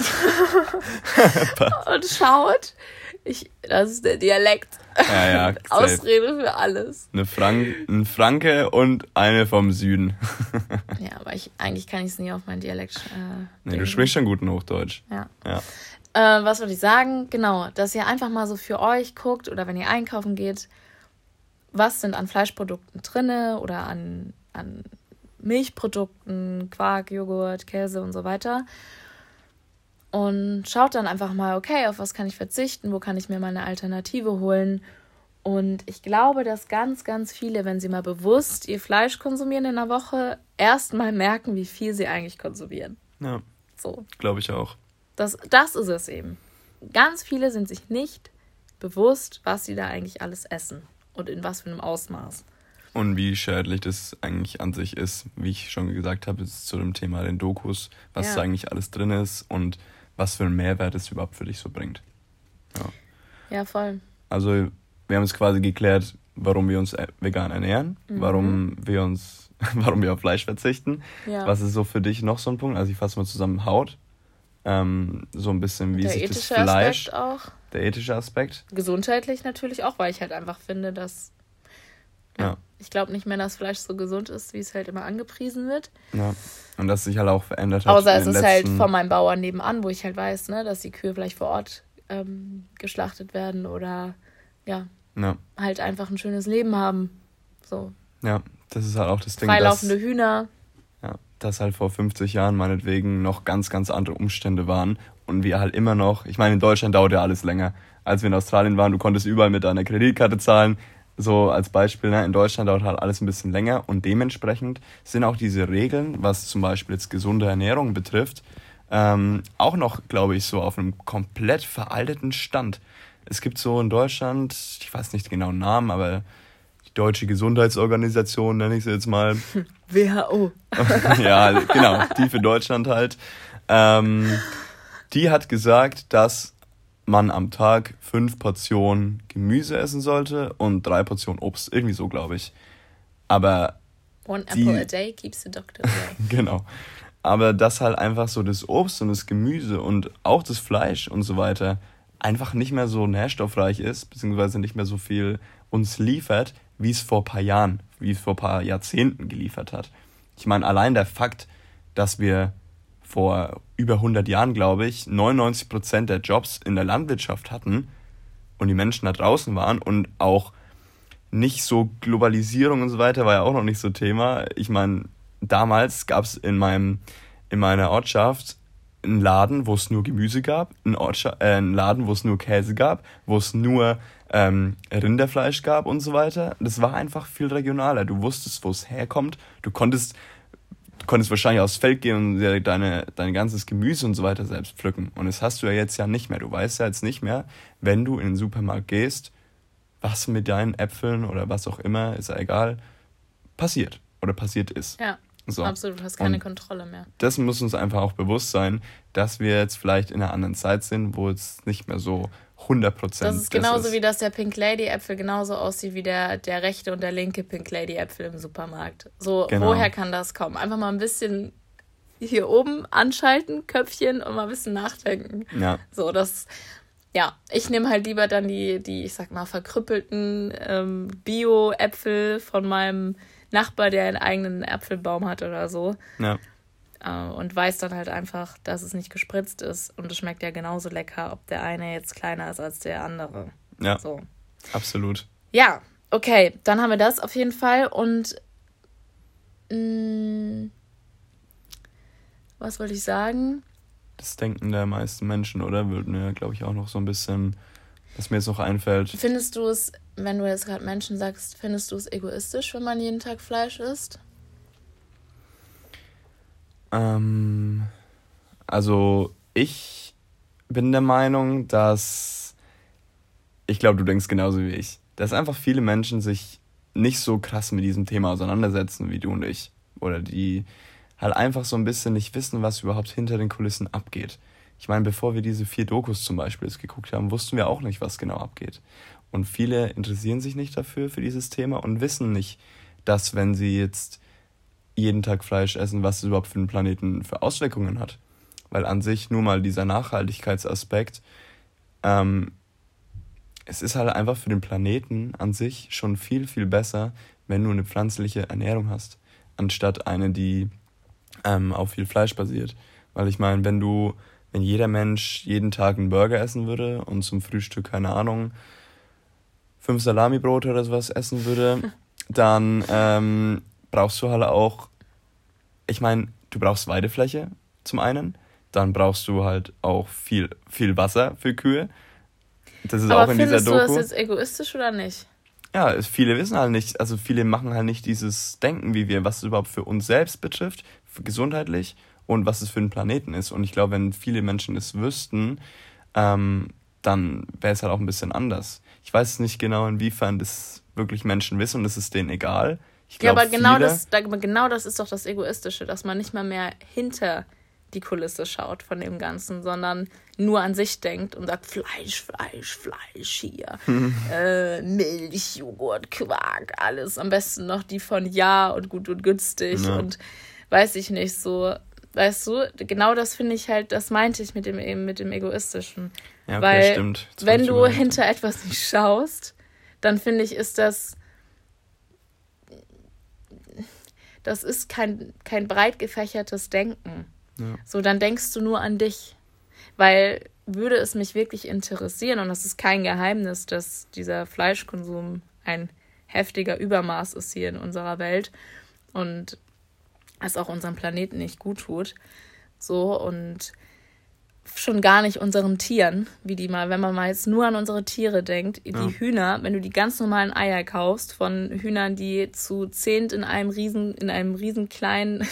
[SPEAKER 1] Und schaut. Das ist der Dialekt.
[SPEAKER 2] Ja,
[SPEAKER 1] Ausrede für alles.
[SPEAKER 2] Ein Franke und eine vom Süden.
[SPEAKER 1] Ja, aber eigentlich kann ich es nie auf meinen Dialekt
[SPEAKER 2] nee, du sprichst schon guten Hochdeutsch.
[SPEAKER 1] Ja. Was wollte ich sagen? Genau, dass ihr einfach mal so für euch guckt oder wenn ihr einkaufen geht, was sind an Fleischprodukten drinne oder an Milchprodukten, Quark, Joghurt, Käse und so weiter. Und schaut dann einfach mal, okay, auf was kann ich verzichten, wo kann ich mir mal eine Alternative holen. Und ich glaube, dass ganz, ganz viele, wenn sie mal bewusst ihr Fleisch konsumieren in der Woche, erst mal merken, wie viel sie eigentlich konsumieren.
[SPEAKER 2] Ja,
[SPEAKER 1] so.
[SPEAKER 2] Glaube ich auch.
[SPEAKER 1] Das ist es eben. Ganz viele sind sich nicht bewusst, was sie da eigentlich alles essen und in was für einem Ausmaß.
[SPEAKER 2] Und wie schädlich das eigentlich an sich ist, wie ich schon gesagt habe, ist zu dem Thema den Dokus, was da eigentlich alles drin ist und was für einen Mehrwert es überhaupt für dich so bringt.
[SPEAKER 1] Ja, voll.
[SPEAKER 2] Also wir haben jetzt quasi geklärt, warum wir uns vegan ernähren, warum wir auf Fleisch verzichten. Ja. Was ist so für dich noch so ein Punkt? Also ich fasse mal zusammen Haut. So ein bisschen, wie sich das Fleisch...
[SPEAKER 1] Aspekt auch.
[SPEAKER 2] Der ethische Aspekt.
[SPEAKER 1] Gesundheitlich natürlich auch, weil ich halt einfach finde, dass... Ja. Ich glaube nicht mehr, dass Fleisch so gesund ist, wie es halt immer angepriesen wird.
[SPEAKER 2] Ja, und dass sich halt auch verändert hat.
[SPEAKER 1] Außer es ist halt von meinem Bauern nebenan, wo ich halt weiß, ne, dass die Kühe vielleicht vor Ort geschlachtet werden oder halt einfach ein schönes Leben haben. So.
[SPEAKER 2] Ja, das ist halt auch das Ding,
[SPEAKER 1] freilaufende Hühner.
[SPEAKER 2] Ja, dass halt vor 50 Jahren meinetwegen noch ganz, ganz andere Umstände waren und wir halt immer noch, ich meine, in Deutschland dauert ja alles länger, als wir in Australien waren, du konntest überall mit deiner Kreditkarte zahlen. So als Beispiel, ne? In Deutschland dauert halt alles ein bisschen länger und dementsprechend sind auch diese Regeln, was zum Beispiel jetzt gesunde Ernährung betrifft, auch noch, glaube ich, so auf einem komplett veralteten Stand. Es gibt so in Deutschland, ich weiß nicht genau den Namen, aber die Deutsche Gesundheitsorganisation, nenne ich sie jetzt mal.
[SPEAKER 1] WHO.
[SPEAKER 2] Ja, genau, die für Deutschland halt. Die hat gesagt, dass man am Tag 5 Portionen Gemüse essen sollte und 3 Portionen Obst. Irgendwie so, glaube ich. Aber
[SPEAKER 1] One apple a day keeps the doctor away.
[SPEAKER 2] Genau. Aber dass halt einfach so das Obst und das Gemüse und auch das Fleisch und so weiter einfach nicht mehr so nährstoffreich ist, beziehungsweise nicht mehr so viel uns liefert, wie es vor ein paar Jahren, wie es vor ein paar Jahrzehnten geliefert hat. Ich meine, allein der Fakt, dass wir vor über 100 Jahren, glaube ich, 99% der Jobs in der Landwirtschaft hatten und die Menschen da draußen waren und auch nicht so Globalisierung und so weiter war ja auch noch nicht so Thema. Ich meine, damals gab es in meiner Ortschaft einen Laden, wo es nur Gemüse gab, einen Laden, wo es nur Käse gab, wo es nur Rinderfleisch gab und so weiter. Das war einfach viel regionaler. Du wusstest, wo es herkommt. Du konntest wahrscheinlich aufs Feld gehen und dir dein ganzes Gemüse und so weiter selbst pflücken. Und das hast du ja jetzt ja nicht mehr. Du weißt ja jetzt nicht mehr, wenn du in den Supermarkt gehst, was mit deinen Äpfeln oder was auch immer, ist ja egal, passiert oder passiert ist.
[SPEAKER 1] Ja,
[SPEAKER 2] so.
[SPEAKER 1] Absolut, du hast keine Kontrolle mehr.
[SPEAKER 2] Das muss uns einfach auch bewusst sein, dass wir jetzt vielleicht in einer anderen Zeit sind, wo es nicht mehr so 100%
[SPEAKER 1] das ist genauso wie, dass der Pink Lady Äpfel genauso aussieht wie der rechte und der linke Pink Lady Äpfel im Supermarkt. So, genau. Woher kann das kommen? Einfach mal ein bisschen hier oben anschalten, Köpfchen und mal ein bisschen nachdenken.
[SPEAKER 2] Ja.
[SPEAKER 1] So, ich nehme halt lieber dann die ich sag mal, verkrüppelten Bio-Äpfel von meinem Nachbar, der einen eigenen Äpfelbaum hat oder so.
[SPEAKER 2] Ja.
[SPEAKER 1] Und weiß dann halt einfach, dass es nicht gespritzt ist. Und es schmeckt ja genauso lecker, ob der eine jetzt kleiner ist als der andere.
[SPEAKER 2] Ja,
[SPEAKER 1] so.
[SPEAKER 2] Absolut.
[SPEAKER 1] Ja, okay, dann haben wir das auf jeden Fall. Und was wollte ich sagen?
[SPEAKER 2] Das Denken der meisten Menschen, oder? Würde mir, glaube ich, auch noch so ein bisschen, was mir jetzt noch einfällt.
[SPEAKER 1] Findest du es, wenn du jetzt gerade Menschen sagst, findest du es egoistisch, wenn man jeden Tag Fleisch isst?
[SPEAKER 2] Also ich bin der Meinung, ich glaube, du denkst genauso wie ich, dass einfach viele Menschen sich nicht so krass mit diesem Thema auseinandersetzen wie du und ich. Oder die halt einfach so ein bisschen nicht wissen, was überhaupt hinter den Kulissen abgeht. Ich meine, bevor wir diese 4 Dokus zum Beispiel jetzt geguckt haben, wussten wir auch nicht, was genau abgeht. Und viele interessieren sich nicht dafür, für dieses Thema und wissen nicht, dass wenn sie jetzt jeden Tag Fleisch essen, was es überhaupt für den Planeten für Auswirkungen hat. Weil an sich nur mal dieser Nachhaltigkeitsaspekt, es ist halt einfach für den Planeten an sich schon viel, viel besser, wenn du eine pflanzliche Ernährung hast, anstatt eine, die auf viel Fleisch basiert. Weil ich meine, wenn jeder Mensch jeden Tag einen Burger essen würde und zum Frühstück, keine Ahnung, 5 Salamibrote oder sowas essen würde, dann brauchst du halt auch, ich meine, du brauchst Weidefläche zum einen, dann brauchst du halt auch viel, viel Wasser für Kühe. Das ist aber auch in dieser Doku.
[SPEAKER 1] Findest du das jetzt egoistisch oder nicht?
[SPEAKER 2] Ja, viele wissen halt nicht, also viele machen halt nicht dieses Denken wie wir, was es überhaupt für uns selbst betrifft, gesundheitlich und was es für den Planeten ist. Und ich glaube, wenn viele Menschen es wüssten, dann wäre es halt auch ein bisschen anders. Ich weiß nicht genau, inwiefern das wirklich Menschen wissen und es ist denen egal. Ich glaub,
[SPEAKER 1] aber genau das ist doch das Egoistische, dass man nicht mal mehr hinter die Kulisse schaut von dem Ganzen, sondern nur an sich denkt und sagt, Fleisch hier, Milch, Joghurt, Quark, alles. Am besten noch die von Ja und gut und günstig und weiß ich nicht, so, weißt du, genau das finde ich halt, das meinte ich mit dem Egoistischen.
[SPEAKER 2] Ja, okay,
[SPEAKER 1] weil
[SPEAKER 2] stimmt.
[SPEAKER 1] Wenn du hinter etwas nicht schaust, dann finde ich, ist das ist kein breit gefächertes Denken.
[SPEAKER 2] Ja.
[SPEAKER 1] So, dann denkst du nur an dich. Weil würde es mich wirklich interessieren, und das ist kein Geheimnis, dass dieser Fleischkonsum ein heftiger Übermaß ist hier in unserer Welt und es auch unserem Planeten nicht gut tut. So, und schon gar nicht unseren Tieren, wenn man mal jetzt nur an unsere Tiere denkt, die Hühner, wenn du die ganz normalen Eier kaufst von Hühnern, die zu 10 in einem riesenkleinen,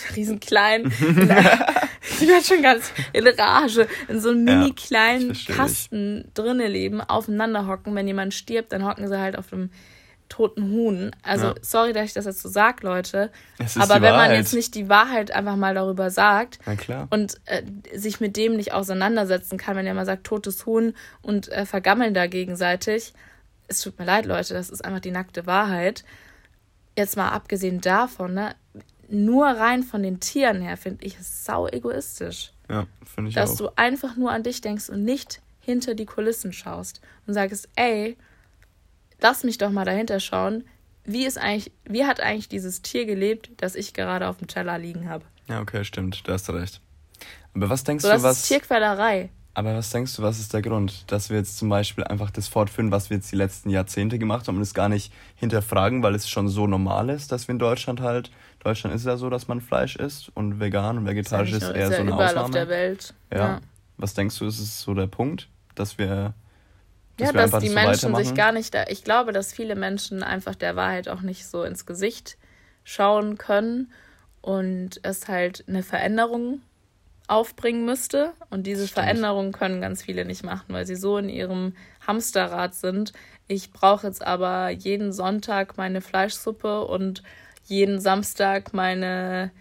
[SPEAKER 1] ich werde schon ganz in Rage, in so einem mini kleinen Kasten drinnen leben, aufeinander hocken. Wenn jemand stirbt, dann hocken sie halt auf dem toten Huhn. Also, sorry, dass ich das jetzt so sage, Leute. Aber wenn man jetzt nicht die Wahrheit einfach mal darüber sagt und sich mit dem nicht auseinandersetzen kann, wenn er mal sagt, totes Huhn und vergammeln da gegenseitig, es tut mir leid, Leute, das ist einfach die nackte Wahrheit. Jetzt mal abgesehen davon, ne, nur rein von den Tieren her, finde ich es sau egoistisch.
[SPEAKER 2] Ja, finde ich
[SPEAKER 1] auch. Dass du einfach nur an dich denkst und nicht hinter die Kulissen schaust und sagst, ey, lass mich doch mal dahinter schauen, wie hat eigentlich dieses Tier gelebt, das ich gerade auf dem Teller liegen habe.
[SPEAKER 2] Ja, okay, stimmt, da hast du recht. Aber was denkst
[SPEAKER 1] du, was... Das ist Tierquälerei.
[SPEAKER 2] Aber was denkst du, was ist der Grund, dass wir jetzt zum Beispiel einfach das fortführen, was wir jetzt die letzten Jahrzehnte gemacht haben und es gar nicht hinterfragen, weil es schon so normal ist, dass wir in Deutschland ist ja so, dass man Fleisch isst und vegan und vegetarisch ist eher so eine Ausnahme. Überall auf der Welt. Ja. Was denkst du, ist es so der Punkt, dass wir...
[SPEAKER 1] dass die Menschen sich gar nicht ich glaube, dass viele Menschen einfach der Wahrheit auch nicht so ins Gesicht schauen können und es halt eine Veränderung aufbringen müsste. Und diese Veränderung können ganz viele nicht machen, weil sie so in ihrem Hamsterrad sind. Ich brauche jetzt aber jeden Sonntag meine Fleischsuppe und jeden Samstag meine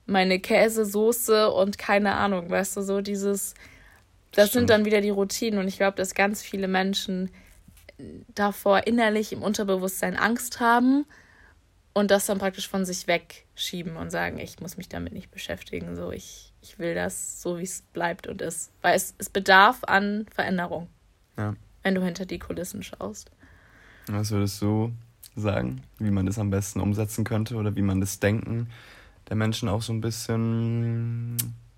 [SPEAKER 1] Käsesoße und keine Ahnung, weißt du, so dieses... Das sind dann wieder die Routinen und ich glaube, dass ganz viele Menschen davor innerlich im Unterbewusstsein Angst haben und das dann praktisch von sich wegschieben und sagen, ich muss mich damit nicht beschäftigen, so ich will das so, wie es bleibt und ist. Weil es bedarf an Veränderung, wenn du hinter die Kulissen schaust.
[SPEAKER 2] Was würdest du sagen, wie man das am besten umsetzen könnte oder wie man das Denken der Menschen auch so ein bisschen...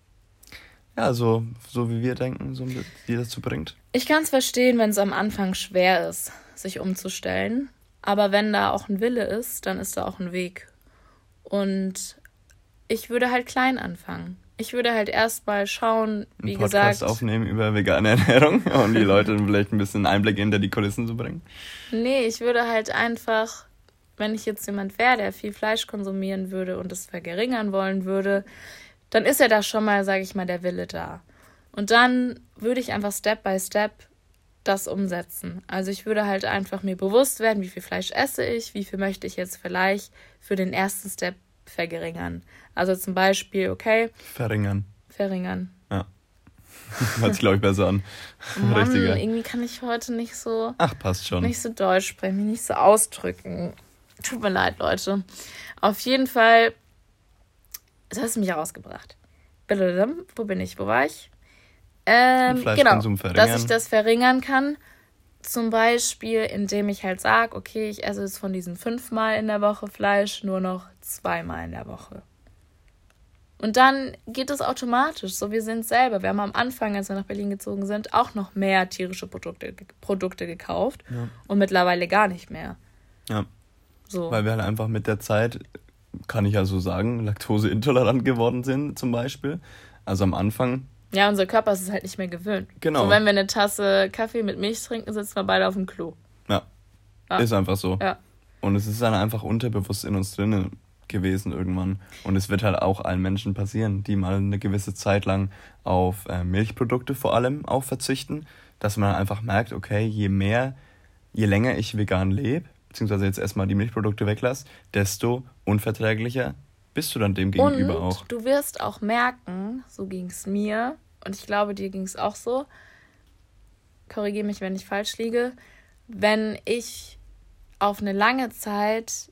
[SPEAKER 2] Ja, so wie wir denken, so die dazu bringt.
[SPEAKER 1] Ich kann es verstehen, wenn es am Anfang schwer ist, sich umzustellen. Aber wenn da auch ein Wille ist, dann ist da auch ein Weg. Und ich würde halt klein anfangen. Ich würde halt erst mal schauen, wie gesagt...
[SPEAKER 2] Einen Podcast aufnehmen über vegane Ernährung, um die Leute vielleicht ein bisschen Einblick hinter die Kulissen zu bringen.
[SPEAKER 1] Nee, ich würde halt einfach, wenn ich jetzt jemand wäre, der viel Fleisch konsumieren würde und es verringern wollen würde... dann ist ja da schon mal, sage ich mal, der Wille da. Und dann würde ich einfach Step by Step das umsetzen. Also ich würde halt einfach mir bewusst werden, wie viel Fleisch esse ich, wie viel möchte ich jetzt vielleicht für den ersten Step verringern. Also zum Beispiel, okay.
[SPEAKER 2] Verringern. Ja. Hört sich, glaube ich, besser an.
[SPEAKER 1] Mann, Richtiger. Irgendwie kann ich heute nicht so...
[SPEAKER 2] Ach, passt schon.
[SPEAKER 1] Nicht so deutsch sprechen, mich nicht so ausdrücken. Tut mir leid, Leute. Auf jeden Fall... Das hast du mich herausgebracht. Wo bin ich? Wo war ich? Genau, dass ich das verringern kann. Zum Beispiel, indem ich halt sage, okay, ich esse jetzt von diesen 5-mal in der Woche Fleisch nur noch 2-mal in der Woche. Und dann geht es automatisch. So, wir sind selber. Wir haben am Anfang, als wir nach Berlin gezogen sind, auch noch mehr tierische Produkte gekauft. Ja. Und mittlerweile gar nicht mehr.
[SPEAKER 2] Ja. So. Weil wir halt einfach mit der Zeit... kann ich ja so sagen, laktoseintolerant geworden sind zum Beispiel. Also am Anfang...
[SPEAKER 1] Ja, unser Körper ist es halt nicht mehr gewöhnt. Genau. So, wenn wir eine Tasse Kaffee mit Milch trinken, sitzen wir beide auf dem Klo.
[SPEAKER 2] Ja, ist einfach so. Ja. Und es ist dann einfach unterbewusst in uns drin gewesen irgendwann. Und es wird halt auch allen Menschen passieren, die mal eine gewisse Zeit lang auf Milchprodukte vor allem auch verzichten, dass man einfach merkt, okay, je länger ich vegan lebe, beziehungsweise jetzt erstmal die Milchprodukte weglasse, desto unverträglicher bist du dann dem gegenüber auch.
[SPEAKER 1] Und du wirst auch merken, so ging es mir, und ich glaube, dir ging es auch so, korrigiere mich, wenn ich falsch liege, wenn ich auf eine lange Zeit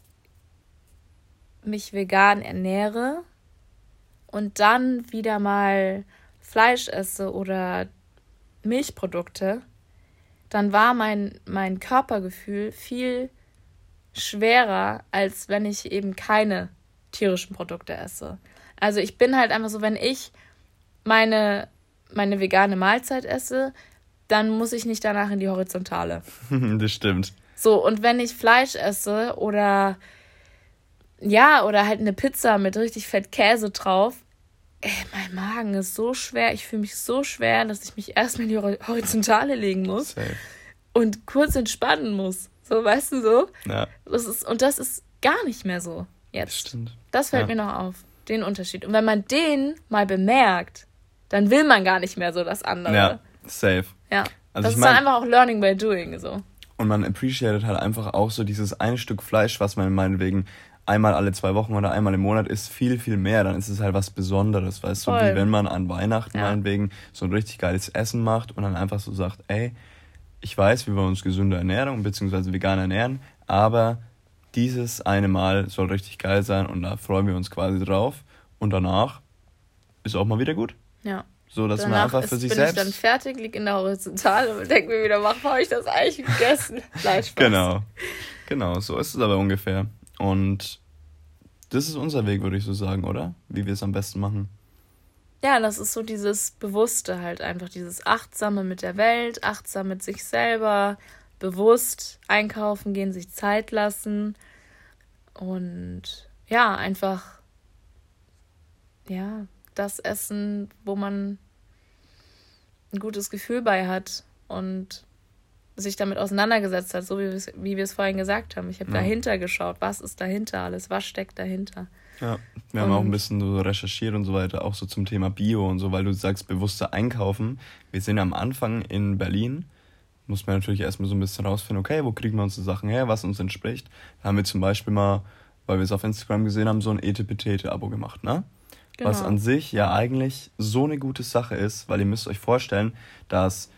[SPEAKER 1] mich vegan ernähre und dann wieder mal Fleisch esse oder Milchprodukte, dann war mein Körpergefühl viel schwerer, als wenn ich eben keine tierischen Produkte esse. Also ich bin halt einfach so, wenn ich meine vegane Mahlzeit esse, dann muss ich nicht danach in die Horizontale.
[SPEAKER 2] Das stimmt.
[SPEAKER 1] So, und wenn ich Fleisch esse oder halt eine Pizza mit richtig fett Käse drauf, Mein Magen ist so schwer, ich fühle mich so schwer, dass ich mich erstmal in die Horizontale legen muss. Safe. Und kurz entspannen muss. So, weißt du so? Ja. Das ist gar nicht mehr so jetzt. Stimmt. Das fällt mir noch auf, den Unterschied. Und wenn man den mal bemerkt, dann will man gar nicht mehr so das andere.
[SPEAKER 2] Ja, safe.
[SPEAKER 1] Ja, also das ist dann einfach auch Learning by Doing. So.
[SPEAKER 2] Und man appreciated halt einfach auch so dieses eine Stück Fleisch, was man meinetwegen einmal alle 2 Wochen oder einmal im Monat isst, viel, viel mehr. Dann ist es halt was Besonderes, weißt du? Wie wenn man an Weihnachten meinetwegen so ein richtig geiles Essen macht und dann einfach so sagt, ey, ich weiß, wie wir uns gesünder ernähren bzw. vegan ernähren, aber dieses eine Mal soll richtig geil sein und da freuen wir uns quasi drauf. Und danach ist auch mal wieder gut.
[SPEAKER 1] Ja.
[SPEAKER 2] So, dass man einfach für sich selbst...
[SPEAKER 1] bin ich dann fertig, liege in der Horizontale und denke mir wieder, warum habe ich das eigentlich gegessen? Fleisch.
[SPEAKER 2] Genau, so ist es aber ungefähr. Und das ist unser Weg, würde ich so sagen, oder? Wie wir es am besten machen.
[SPEAKER 1] Ja, das ist so dieses Bewusste halt einfach, dieses Achtsame mit der Welt, achtsam mit sich selber, bewusst einkaufen gehen, sich Zeit lassen und ja, einfach das essen, wo man ein gutes Gefühl bei hat und sich damit auseinandergesetzt hat, so wie wir es vorhin gesagt haben. Ich habe dahinter geschaut, was ist dahinter alles, was steckt dahinter.
[SPEAKER 2] Ja, wir haben auch ein bisschen so recherchiert und so weiter, auch so zum Thema Bio und so, weil du sagst, bewusster einkaufen. Wir sind am Anfang in Berlin, muss man natürlich erstmal so ein bisschen rausfinden, okay, wo kriegen wir unsere Sachen her, was uns entspricht. Da haben wir zum Beispiel mal, weil wir es auf Instagram gesehen haben, so ein Etepetete-Abo gemacht, ne? Genau. Was an sich ja eigentlich so eine gute Sache ist, weil ihr müsst euch vorstellen, dass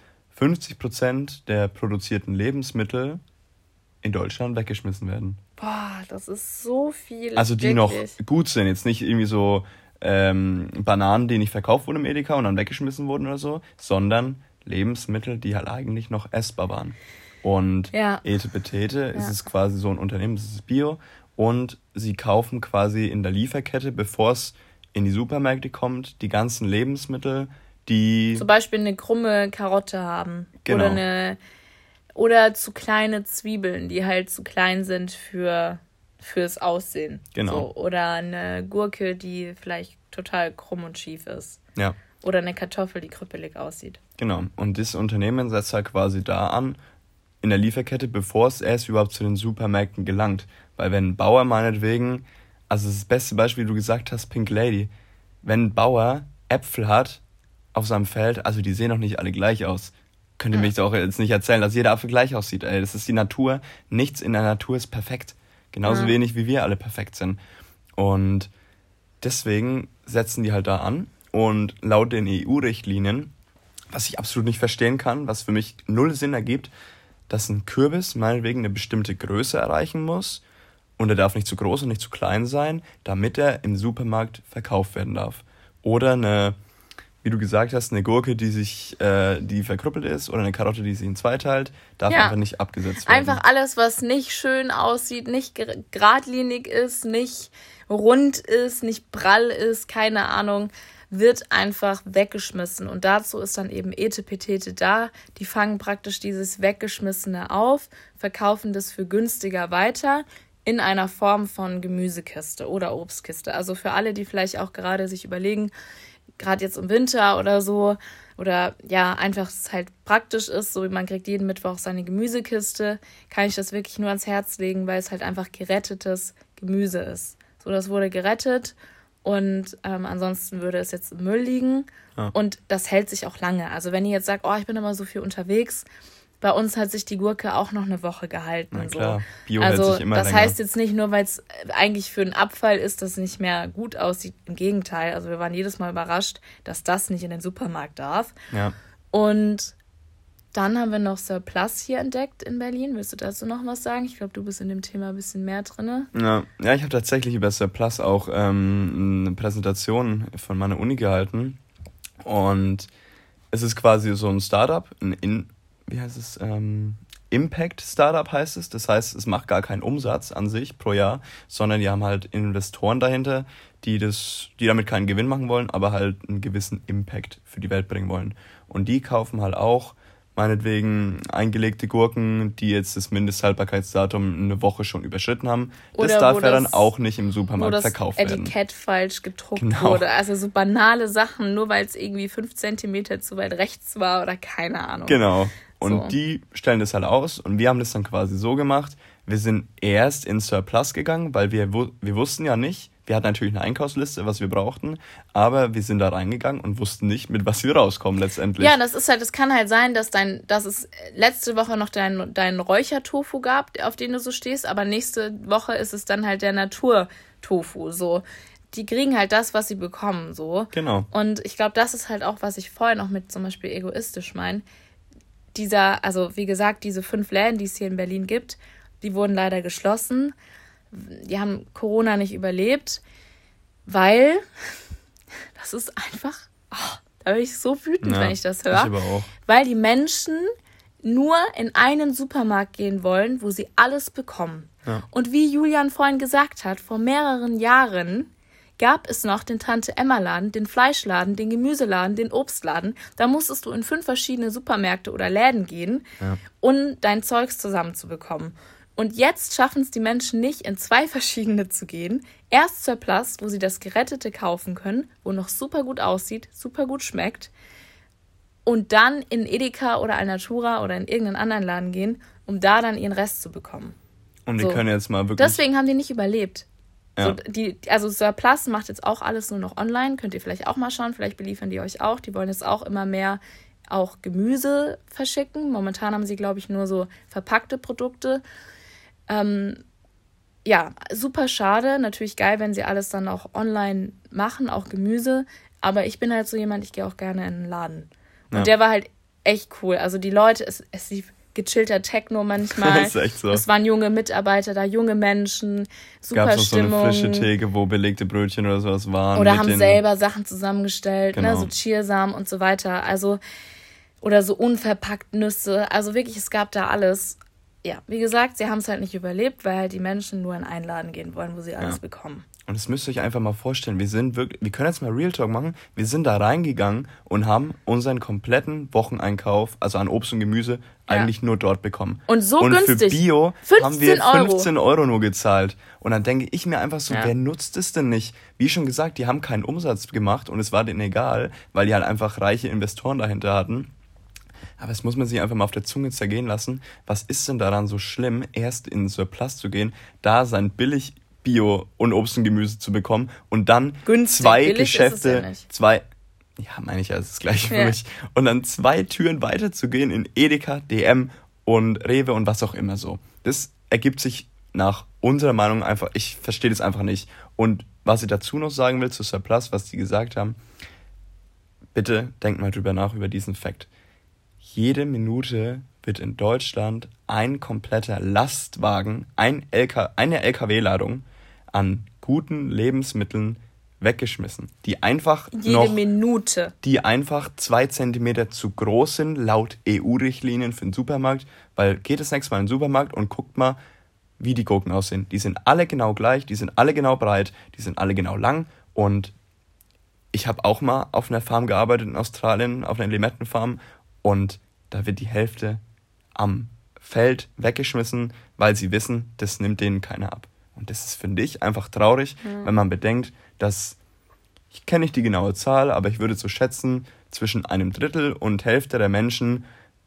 [SPEAKER 2] 50% der produzierten Lebensmittel in Deutschland weggeschmissen werden.
[SPEAKER 1] Boah, das ist so viel.
[SPEAKER 2] Also die wirklich noch gut sind, jetzt nicht irgendwie so Bananen, die nicht verkauft wurden im Edeka und dann weggeschmissen wurden oder so, sondern Lebensmittel, die halt eigentlich noch essbar waren. Und Etepetete ist es quasi so ein Unternehmen, das ist Bio und sie kaufen quasi in der Lieferkette, bevor es in die Supermärkte kommt, die ganzen Lebensmittel, die
[SPEAKER 1] zum Beispiel eine krumme Karotte haben. Genau. Oder zu kleine Zwiebeln, die halt zu klein sind fürs Aussehen. Genau. So. Oder eine Gurke, die vielleicht total krumm und schief ist. Ja. Oder eine Kartoffel, die krüppelig aussieht.
[SPEAKER 2] Genau. Und das Unternehmen setzt halt quasi da an, in der Lieferkette, bevor es erst überhaupt zu den Supermärkten gelangt. Weil wenn ein Bauer meinetwegen, also das beste Beispiel, wie du gesagt hast, Pink Lady, wenn ein Bauer Äpfel hat auf seinem Feld, also die sehen doch nicht alle gleich aus. Könnt ihr mich doch jetzt nicht erzählen, dass jeder Apfel gleich aussieht. Ey, das ist die Natur. Nichts in der Natur ist perfekt. Genauso wenig, wie wir alle perfekt sind. Und deswegen setzen die halt da an. Und laut den EU-Richtlinien, was ich absolut nicht verstehen kann, was für mich null Sinn ergibt, dass ein Kürbis meinetwegen eine bestimmte Größe erreichen muss und er darf nicht zu groß und nicht zu klein sein, damit er im Supermarkt verkauft werden darf. Oder eine, wie du gesagt hast, eine Gurke, die verkrüppelt ist oder eine Karotte, die sich in zwei teilt, darf einfach nicht abgesetzt werden.
[SPEAKER 1] Einfach alles, was nicht schön aussieht, nicht geradlinig ist, nicht rund ist, nicht prall ist, keine Ahnung, wird einfach weggeschmissen. Und dazu ist dann eben Etepetete da. Die fangen praktisch dieses Weggeschmissene auf, verkaufen das für günstiger weiter in einer Form von Gemüsekiste oder Obstkiste. Also für alle, die vielleicht auch gerade sich überlegen, gerade jetzt im Winter oder so, oder ja, einfach es halt praktisch ist, so wie man kriegt jeden Mittwoch seine Gemüsekiste, kann ich das wirklich nur ans Herz legen, weil es halt einfach gerettetes Gemüse ist. So, das wurde gerettet und ansonsten würde es jetzt im Müll liegen und das hält sich auch lange. Also wenn ihr jetzt sagt, oh, ich bin immer so viel unterwegs, bei uns hat sich die Gurke auch noch eine Woche gehalten. Na klar, so. Bio hält sich immer länger. Das heißt jetzt nicht nur, weil es eigentlich für einen Abfall ist, dass es nicht mehr gut aussieht. Im Gegenteil, also wir waren jedes Mal überrascht, dass das nicht in den Supermarkt darf. Ja. Und dann haben wir noch Surplus hier entdeckt in Berlin. Willst du dazu noch was sagen? Ich glaube, du bist in dem Thema ein bisschen mehr drin.
[SPEAKER 2] Ja, ich habe tatsächlich über Surplus auch eine Präsentation von meiner Uni gehalten. Und es ist quasi so ein Startup, Impact-Startup heißt es. Das heißt, es macht gar keinen Umsatz an sich pro Jahr, sondern die haben halt Investoren dahinter, die damit keinen Gewinn machen wollen, aber halt einen gewissen Impact für die Welt bringen wollen. Und die kaufen halt auch meinetwegen eingelegte Gurken, die jetzt das Mindesthaltbarkeitsdatum eine Woche schon überschritten haben. Das
[SPEAKER 1] Oder
[SPEAKER 2] darf ja dann auch nicht im Supermarkt verkauft werden.
[SPEAKER 1] Wo das Etikett falsch gedruckt wurde. Also so banale Sachen, nur weil es irgendwie 5 Zentimeter zu weit rechts war oder keine Ahnung.
[SPEAKER 2] Genau. Und die stellen das halt aus und wir haben das dann quasi so gemacht, wir sind erst in Surplus gegangen, weil wir wussten ja nicht, wir hatten natürlich eine Einkaufsliste, was wir brauchten, aber wir sind da reingegangen und wussten nicht, mit was wir rauskommen letztendlich.
[SPEAKER 1] Ja, das kann halt sein, dass es letzte Woche noch dein Räuchertofu gab, auf den du so stehst, aber nächste Woche ist es dann halt der Naturtofu, so. Die kriegen halt das, was sie bekommen, so.
[SPEAKER 2] Genau.
[SPEAKER 1] Und ich glaube, das ist halt auch, was ich vorhin auch mit zum Beispiel egoistisch meine. Also wie gesagt, diese 5 Läden, die es hier in Berlin gibt, die wurden leider geschlossen. Die haben Corona nicht überlebt, weil das ist einfach, da bin ich so wütend, wenn ich das höre. Ich aber auch. Weil die Menschen nur in einen Supermarkt gehen wollen, wo sie alles bekommen. Ja. Und wie Julian vorhin gesagt hat, vor mehreren Jahren gab es noch den Tante-Emma-Laden, den Fleischladen, den Gemüseladen, den Obstladen. Da musstest du in 5 verschiedene Supermärkte oder Läden gehen, um dein Zeugs zusammenzubekommen. Und jetzt schaffen es die Menschen nicht, in 2 verschiedene zu gehen. Erst Surplus, wo sie das Gerettete kaufen können, wo noch super gut aussieht, super gut schmeckt. Und dann in Edeka oder Alnatura oder in irgendeinen anderen Laden gehen, um da dann ihren Rest zu bekommen.
[SPEAKER 2] Und die können jetzt mal wirklich...
[SPEAKER 1] Deswegen haben die nicht überlebt. Ja. Also Surplus macht jetzt auch alles nur noch online. Könnt ihr vielleicht auch mal schauen. Vielleicht beliefern die euch auch. Die wollen jetzt auch immer mehr auch Gemüse verschicken. Momentan haben sie, glaube ich, nur so verpackte Produkte. Ja, super schade. Natürlich geil, wenn sie alles dann auch online machen, auch Gemüse. Aber ich bin halt so jemand, ich gehe auch gerne in den Laden. Und der war halt echt cool. Also die Leute, es lief gechillter Techno manchmal. Das ist echt so. Es waren junge Mitarbeiter da, junge Menschen, super Gab's Stimmung. Gab es so eine
[SPEAKER 2] frische Theke, wo belegte Brötchen oder sowas waren.
[SPEAKER 1] Oder haben selber Sachen zusammengestellt, genau. So Chiasamen und so weiter. Also, oder so unverpackt Nüsse. Also wirklich, es gab da alles. Ja, wie gesagt, sie haben es halt nicht überlebt, weil halt die Menschen nur in einen Laden gehen wollen, wo sie alles bekommen.
[SPEAKER 2] Und das müsst ihr euch einfach mal vorstellen. Wir können jetzt mal Real Talk machen. Wir sind da reingegangen und haben unseren kompletten Wocheneinkauf, also an Obst und Gemüse, eigentlich nur dort bekommen. Und so günstig. Und für Bio haben wir 15 Euro nur gezahlt. Und dann denke ich mir einfach so, wer nutzt es denn nicht? Wie schon gesagt, die haben keinen Umsatz gemacht und es war denen egal, weil die halt einfach reiche Investoren dahinter hatten. Aber das muss man sich einfach mal auf der Zunge zergehen lassen. Was ist denn daran so schlimm, erst in Surplus zu gehen, da sein billig Bio und Obst und Gemüse zu bekommen und dann günstig, 2 Geschäfte, meine ich ja, ist das Gleiche für mich. Und dann 2 Türen weiter zu gehen in Edeka, DM und Rewe und was auch immer so. Das ergibt sich nach unserer Meinung einfach, ich verstehe das einfach nicht. Und was ich dazu noch sagen will zu Surplus, was die gesagt haben, bitte denkt mal drüber nach, über diesen Fakt. Jede Minute wird in Deutschland ein kompletter Lastwagen, eine LKW-Ladung an guten Lebensmitteln weggeschmissen, die einfach die einfach 2 Zentimeter zu groß sind, laut EU-Richtlinien für den Supermarkt, weil geht das nächste Mal in den Supermarkt und guckt mal, wie die Gurken aussehen. Die sind alle genau gleich, die sind alle genau breit, die sind alle genau lang und ich habe auch mal auf einer Farm gearbeitet in Australien, auf einer Limettenfarm und da wird die Hälfte am Feld weggeschmissen, weil sie wissen, das nimmt denen keiner ab. Und das ist, finde ich, einfach traurig, wenn man bedenkt, dass, ich kenne nicht die genaue Zahl, aber ich würde so schätzen, zwischen 1/3 und Hälfte der Menschen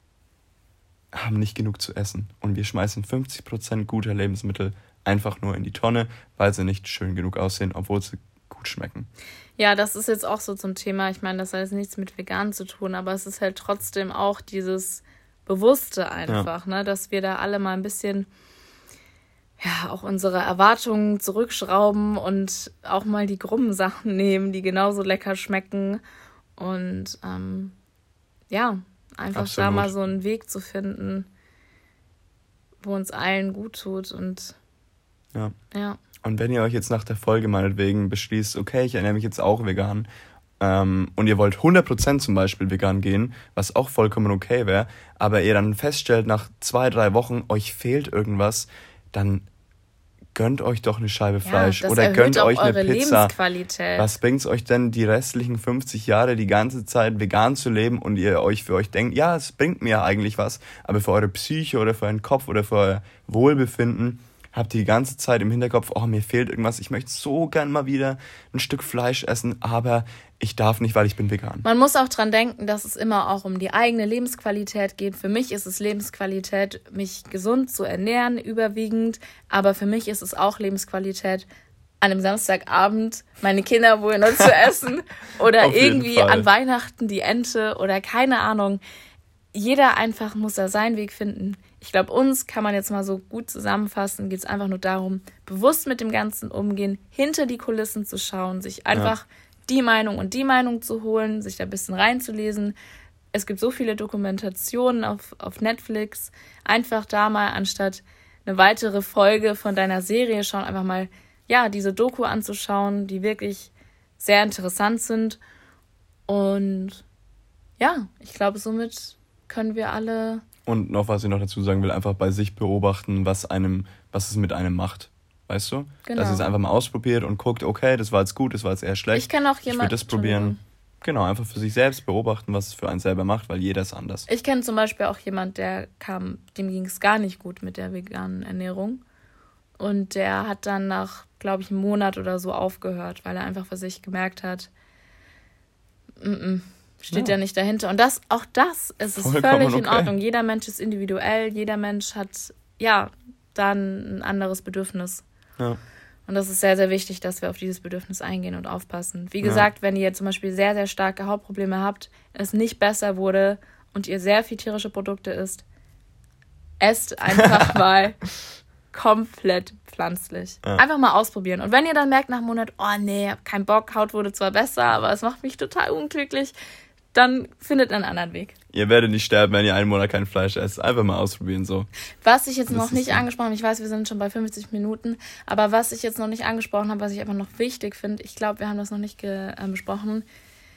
[SPEAKER 2] haben nicht genug zu essen. Und wir schmeißen 50% guter Lebensmittel einfach nur in die Tonne, weil sie nicht schön genug aussehen, obwohl sie gut schmecken.
[SPEAKER 1] Ja, das ist jetzt auch so zum Thema, ich meine, das hat jetzt nichts mit vegan zu tun, aber es ist halt trotzdem auch dieses Bewusste einfach, ne, dass wir da alle mal ein bisschen auch unsere Erwartungen zurückschrauben und auch mal die krummen Sachen nehmen, die genauso lecker schmecken und einfach Absolut. Da mal so einen Weg zu finden, wo uns allen gut tut und ja.
[SPEAKER 2] Und wenn ihr euch jetzt nach der Folge meinetwegen beschließt, okay, ich ernähre mich jetzt auch vegan und ihr wollt 100% zum Beispiel vegan gehen, was auch vollkommen okay wäre, aber ihr dann feststellt, nach 2-3 Wochen, euch fehlt irgendwas, dann gönnt euch doch eine Scheibe Fleisch oder gönnt euch eine Pizza. Lebensqualität. Was bringt es euch denn, die restlichen 50 Jahre die ganze Zeit vegan zu leben und ihr euch für euch denkt, ja, es bringt mir eigentlich was, aber für eure Psyche oder für euren Kopf oder für euer Wohlbefinden habt ihr die ganze Zeit im Hinterkopf, oh, mir fehlt irgendwas, ich möchte so gern mal wieder ein Stück Fleisch essen, aber ich darf nicht, weil ich bin vegan.
[SPEAKER 1] Man muss auch dran denken, dass es immer auch um die eigene Lebensqualität geht. Für mich ist es Lebensqualität, mich gesund zu ernähren, überwiegend. Aber für mich ist es auch Lebensqualität, an einem Samstagabend meine Kinder wohl noch zu essen oder irgendwie an Weihnachten die Ente oder keine Ahnung. Jeder einfach muss da seinen Weg finden. Ich glaube, uns kann man jetzt mal so gut zusammenfassen, geht es einfach nur darum, bewusst mit dem Ganzen umgehen, hinter die Kulissen zu schauen, sich einfach die Meinung und die Meinung zu holen, sich da ein bisschen reinzulesen. Es gibt so viele Dokumentationen auf Netflix. Einfach da mal, anstatt eine weitere Folge von deiner Serie schauen, einfach mal diese Doku anzuschauen, die wirklich sehr interessant sind. Und ja, ich glaube, somit können wir alle...
[SPEAKER 2] Und noch, was ich noch dazu sagen will, einfach bei sich beobachten, was es mit einem macht. Weißt du? Genau. Dass ihr es einfach mal ausprobiert und guckt, okay, das war jetzt gut, das war jetzt eher schlecht. Ich kenne auch jemanden... Ich würde das probieren. Genau, einfach für sich selbst beobachten, was es für einen selber macht, weil jeder ist anders.
[SPEAKER 1] Ich kenne zum Beispiel auch jemanden, dem ging es gar nicht gut mit der veganen Ernährung. Und der hat dann nach, glaube ich, einem Monat oder so aufgehört, weil er einfach für sich gemerkt hat, steht ja nicht dahinter. Und auch das ist völlig in Ordnung. Jeder Mensch ist individuell, jeder Mensch hat dann ein anderes Bedürfnis. Ja. Und das ist sehr, sehr wichtig, dass wir auf dieses Bedürfnis eingehen und aufpassen. Wie gesagt, wenn ihr zum Beispiel sehr, sehr starke Hautprobleme habt, es nicht besser wurde und ihr sehr viel tierische Produkte isst, esst einfach mal komplett pflanzlich. Ja. Einfach mal ausprobieren. Und wenn ihr dann merkt nach einem Monat, oh nee, hab keinen Bock, Haut wurde zwar besser, aber es macht mich total unglücklich, dann findet einen anderen Weg.
[SPEAKER 2] Ihr werdet nicht sterben, wenn ihr einen Monat kein Fleisch esst. Einfach mal ausprobieren so.
[SPEAKER 1] Was ich jetzt noch nicht angesprochen habe, ich weiß, wir sind schon bei 50 Minuten, aber was ich jetzt noch nicht angesprochen habe, was ich einfach noch wichtig finde, ich glaube, wir haben das noch nicht besprochen.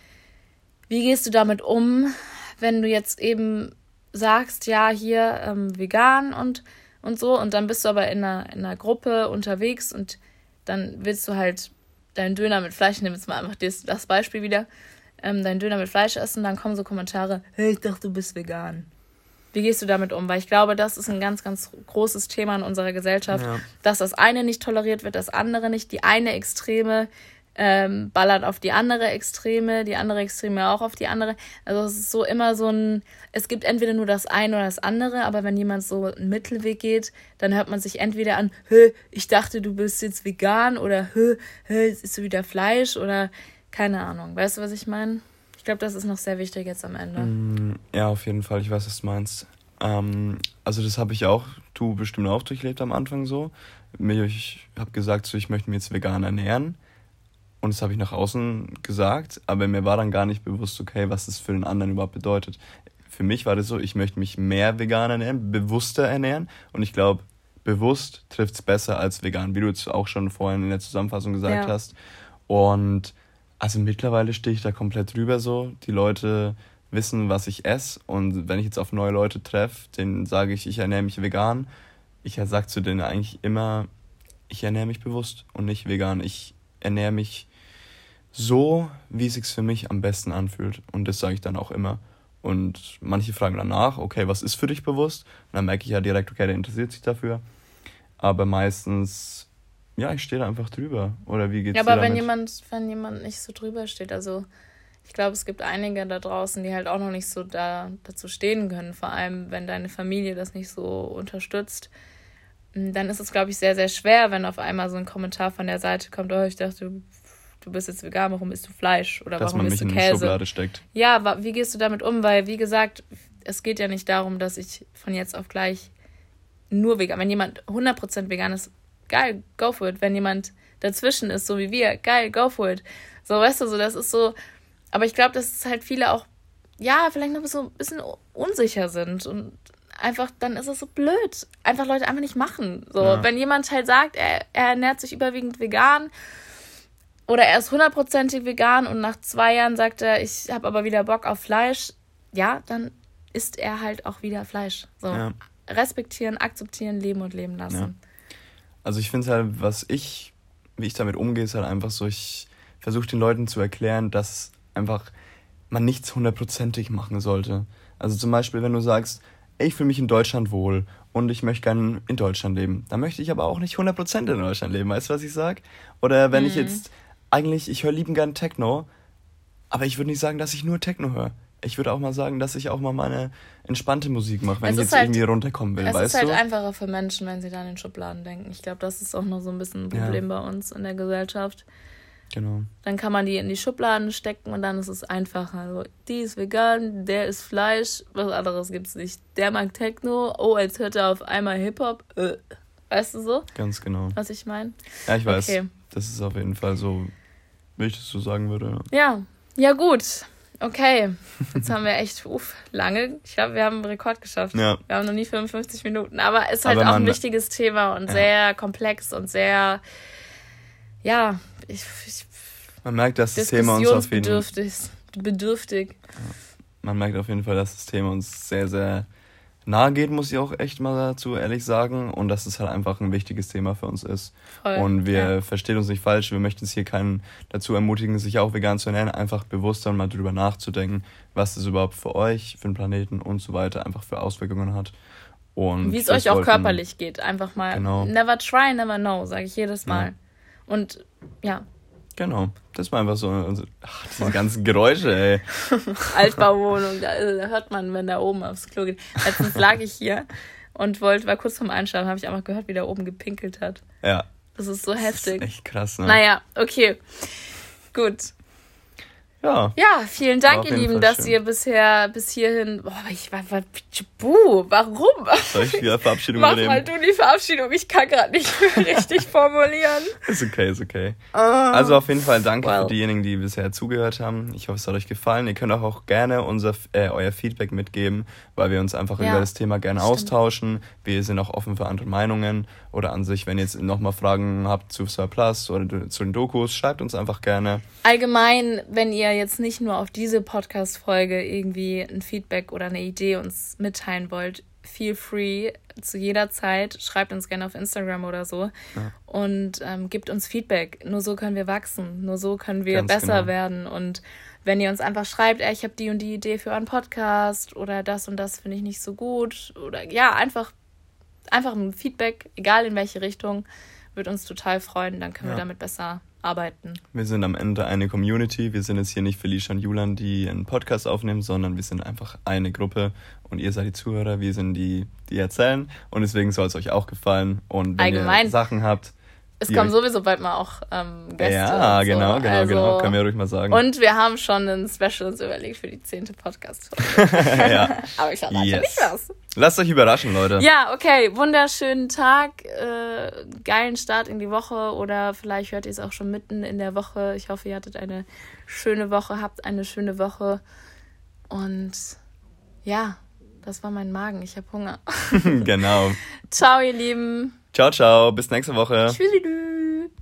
[SPEAKER 1] Wie gehst du damit um, wenn du jetzt eben sagst, ja, hier vegan und so, und dann bist du aber in einer Gruppe unterwegs und dann willst du halt deinen Döner mit Fleisch, ich nehme jetzt mal einfach das Beispiel wieder, deinen Döner mit Fleisch essen, dann kommen so Kommentare, hey, ich dachte, du bist vegan. Wie gehst du damit um? Weil ich glaube, das ist ein ganz, ganz großes Thema in unserer Gesellschaft, dass das eine nicht toleriert wird, das andere nicht. Die eine Extreme ballert auf die andere Extreme auch auf die andere. Also es ist so immer es gibt entweder nur das eine oder das andere, aber wenn jemand so einen Mittelweg geht, dann hört man sich entweder an, ich dachte, du bist jetzt vegan, oder jetzt isst du wieder Fleisch, oder keine Ahnung. Weißt du, was ich meine? Ich glaube, das ist noch sehr wichtig jetzt am Ende.
[SPEAKER 2] Ja, auf jeden Fall. Ich weiß, was du meinst. Also das habe ich auch, du bestimmt auch durchlebt am Anfang so. Ich habe gesagt, so, ich möchte mich jetzt vegan ernähren. Und das habe ich nach außen gesagt, aber mir war dann gar nicht bewusst, okay, was das für den anderen überhaupt bedeutet. Für mich war das so, ich möchte mich mehr vegan ernähren, bewusster ernähren. Und ich glaube, bewusst trifft es besser als vegan, wie du jetzt auch schon vorhin in der Zusammenfassung gesagt hast. Und also mittlerweile stehe ich da komplett drüber so. Die Leute wissen, was ich esse. Und wenn ich jetzt auf neue Leute treffe, denen sage ich ernähre mich vegan. Ich sage zu denen eigentlich immer, ich ernähre mich bewusst und nicht vegan. Ich ernähre mich so, wie es sich für mich am besten anfühlt. Und das sage ich dann auch immer. Und manche fragen danach, okay, was ist für dich bewusst? Und dann merke ich ja direkt, okay, der interessiert sich dafür. Aber meistens, ja, ich stehe da einfach drüber. Oder wie geht's dir damit?
[SPEAKER 1] Ja, aber wenn jemand nicht so drüber steht, also ich glaube, es gibt einige da draußen, die halt auch noch nicht so dazu stehen können. Vor allem, wenn deine Familie das nicht so unterstützt. Dann ist es, glaube ich, sehr, sehr schwer, wenn auf einmal so ein Kommentar von der Seite kommt, oh, ich dachte, du bist jetzt vegan, warum isst du Fleisch? Oder warum isst du Käse? Dass man mich in eine Schublade steckt. Ja, wie gehst du damit um? Weil, wie gesagt, es geht ja nicht darum, dass ich von jetzt auf gleich nur vegan... Wenn jemand 100% vegan ist, geil, go for it. Wenn jemand dazwischen ist, so wie wir, geil, go for it. So, weißt du, so, das ist so... Aber ich glaube, dass es halt viele auch, ja, vielleicht noch so ein bisschen unsicher sind und einfach, dann ist es so blöd. Einfach Leute einfach nicht machen. So, wenn jemand halt sagt, er ernährt sich überwiegend vegan oder er ist 100% vegan und nach 2 Jahren sagt er, ich habe aber wieder Bock auf Fleisch, ja, dann isst er halt auch wieder Fleisch. So, respektieren, akzeptieren, leben und leben lassen.
[SPEAKER 2] Also ich finde halt, wie ich damit umgehe, ist halt einfach so, ich versuche den Leuten zu erklären, dass einfach man nichts 100%ig machen sollte. Also zum Beispiel, wenn du sagst, ich fühle mich in Deutschland wohl und ich möchte gerne in Deutschland leben, dann möchte ich aber auch nicht 100% in Deutschland leben, weißt du, was ich sag? Oder wenn ich jetzt, ich höre lieben gern Techno, aber ich würde nicht sagen, dass ich nur Techno höre. Ich würde auch mal sagen, dass ich auch mal meine entspannte Musik mache, wenn ich jetzt irgendwie runterkommen will, weißt du? Es ist
[SPEAKER 1] halt einfacher für Menschen, wenn sie dann in Schubladen denken. Ich glaube, das ist auch noch so ein bisschen ein Problem bei uns in der Gesellschaft. Genau. Dann kann man die in die Schubladen stecken und dann ist es einfacher. Also, die ist vegan, der ist Fleisch, was anderes gibt's nicht. Der mag Techno, als hört er auf einmal Hip-Hop. Weißt du so?
[SPEAKER 2] Ganz genau.
[SPEAKER 1] Was ich meine?
[SPEAKER 2] Ja, ich weiß. Okay. Das ist auf jeden Fall so, wie ich das so sagen würde.
[SPEAKER 1] Ja gut. Okay, jetzt haben wir echt lange. Ich glaube, wir haben einen Rekord geschafft. Ja. Wir haben noch nie 55 Minuten. Aber es ist halt auch ein wichtiges Thema und sehr komplex und sehr,
[SPEAKER 2] man merkt, dass das Thema uns auf jeden Fall
[SPEAKER 1] bedürftig.
[SPEAKER 2] Man merkt auf jeden Fall, dass das Thema uns sehr, sehr nahe geht, muss ich auch echt mal dazu ehrlich sagen. Und dass es halt einfach ein wichtiges Thema für uns ist. Voll, und wir verstehen uns nicht falsch, wir möchten es hier keinen dazu ermutigen, sich auch vegan zu ernähren, einfach bewusster mal drüber nachzudenken, was das überhaupt für euch, für den Planeten und so weiter einfach für Auswirkungen hat. Und
[SPEAKER 1] wie es euch auch körperlich geht. Einfach mal never try, never know, sage ich jedes Mal. Und
[SPEAKER 2] Genau, das war einfach so, diese ganzen Geräusche, ey.
[SPEAKER 1] Altbauwohnung, da hört man, wenn da oben aufs Klo geht. Letztens lag ich hier und war kurz vorm Einschlafen, habe ich einfach gehört, wie da oben gepinkelt hat. Ja. Das ist so heftig. Das ist
[SPEAKER 2] echt krass, ne?
[SPEAKER 1] Naja, okay, gut. Ja, vielen Dank, ihr Lieben, dass ihr bis hierhin... warum?
[SPEAKER 2] Soll ich die Verabschiedung
[SPEAKER 1] übernehmen? Mach mal du die Verabschiedung, ich kann gerade nicht richtig formulieren.
[SPEAKER 2] Ist okay. Also auf jeden Fall danke für diejenigen, die bisher zugehört haben. Ich hoffe, es hat euch gefallen. Ihr könnt auch gerne euer Feedback mitgeben, weil wir uns einfach über das Thema gerne austauschen. Wir sind auch offen für andere Meinungen. Oder an sich, wenn ihr jetzt nochmal Fragen habt zu Surplus oder zu den Dokus, schreibt uns einfach gerne.
[SPEAKER 1] Allgemein, wenn ihr jetzt nicht nur auf diese Podcast-Folge irgendwie ein Feedback oder eine Idee uns mitteilen wollt, feel free zu jeder Zeit. Schreibt uns gerne auf Instagram oder so und gebt uns Feedback. Nur so können wir wachsen. Nur so können wir besser werden. Und wenn ihr uns einfach schreibt, ich habe die und die Idee für euren Podcast oder das und das finde ich nicht so gut oder einfach ein Feedback, egal in welche Richtung, würde uns total freuen. Dann können wir damit besser arbeiten.
[SPEAKER 2] Wir sind am Ende eine Community. Wir sind jetzt hier nicht Felicia und Julian, die einen Podcast aufnehmen, sondern wir sind einfach eine Gruppe und ihr seid die Zuhörer, wir sind die erzählen und deswegen soll es euch auch gefallen. Und wenn ihr Sachen habt...
[SPEAKER 1] Es kommen sowieso bald mal auch Gäste.
[SPEAKER 2] Ja, genau. Können wir ruhig mal sagen.
[SPEAKER 1] Und wir haben schon einen Special uns überlegt für die 10. Podcast-Folge.
[SPEAKER 2] Ja.
[SPEAKER 1] Aber ich verrate nicht was.
[SPEAKER 2] Lasst euch überraschen, Leute.
[SPEAKER 1] Ja, okay. Wunderschönen Tag. Geilen Start in die Woche. Oder vielleicht hört ihr es auch schon mitten in der Woche. Ich hoffe, ihr hattet eine schöne Woche. Habt eine schöne Woche. Und das war mein Magen. Ich habe Hunger.
[SPEAKER 2] Genau.
[SPEAKER 1] Ciao, ihr Lieben.
[SPEAKER 2] Ciao. Bis nächste Woche.
[SPEAKER 1] Tschüssi.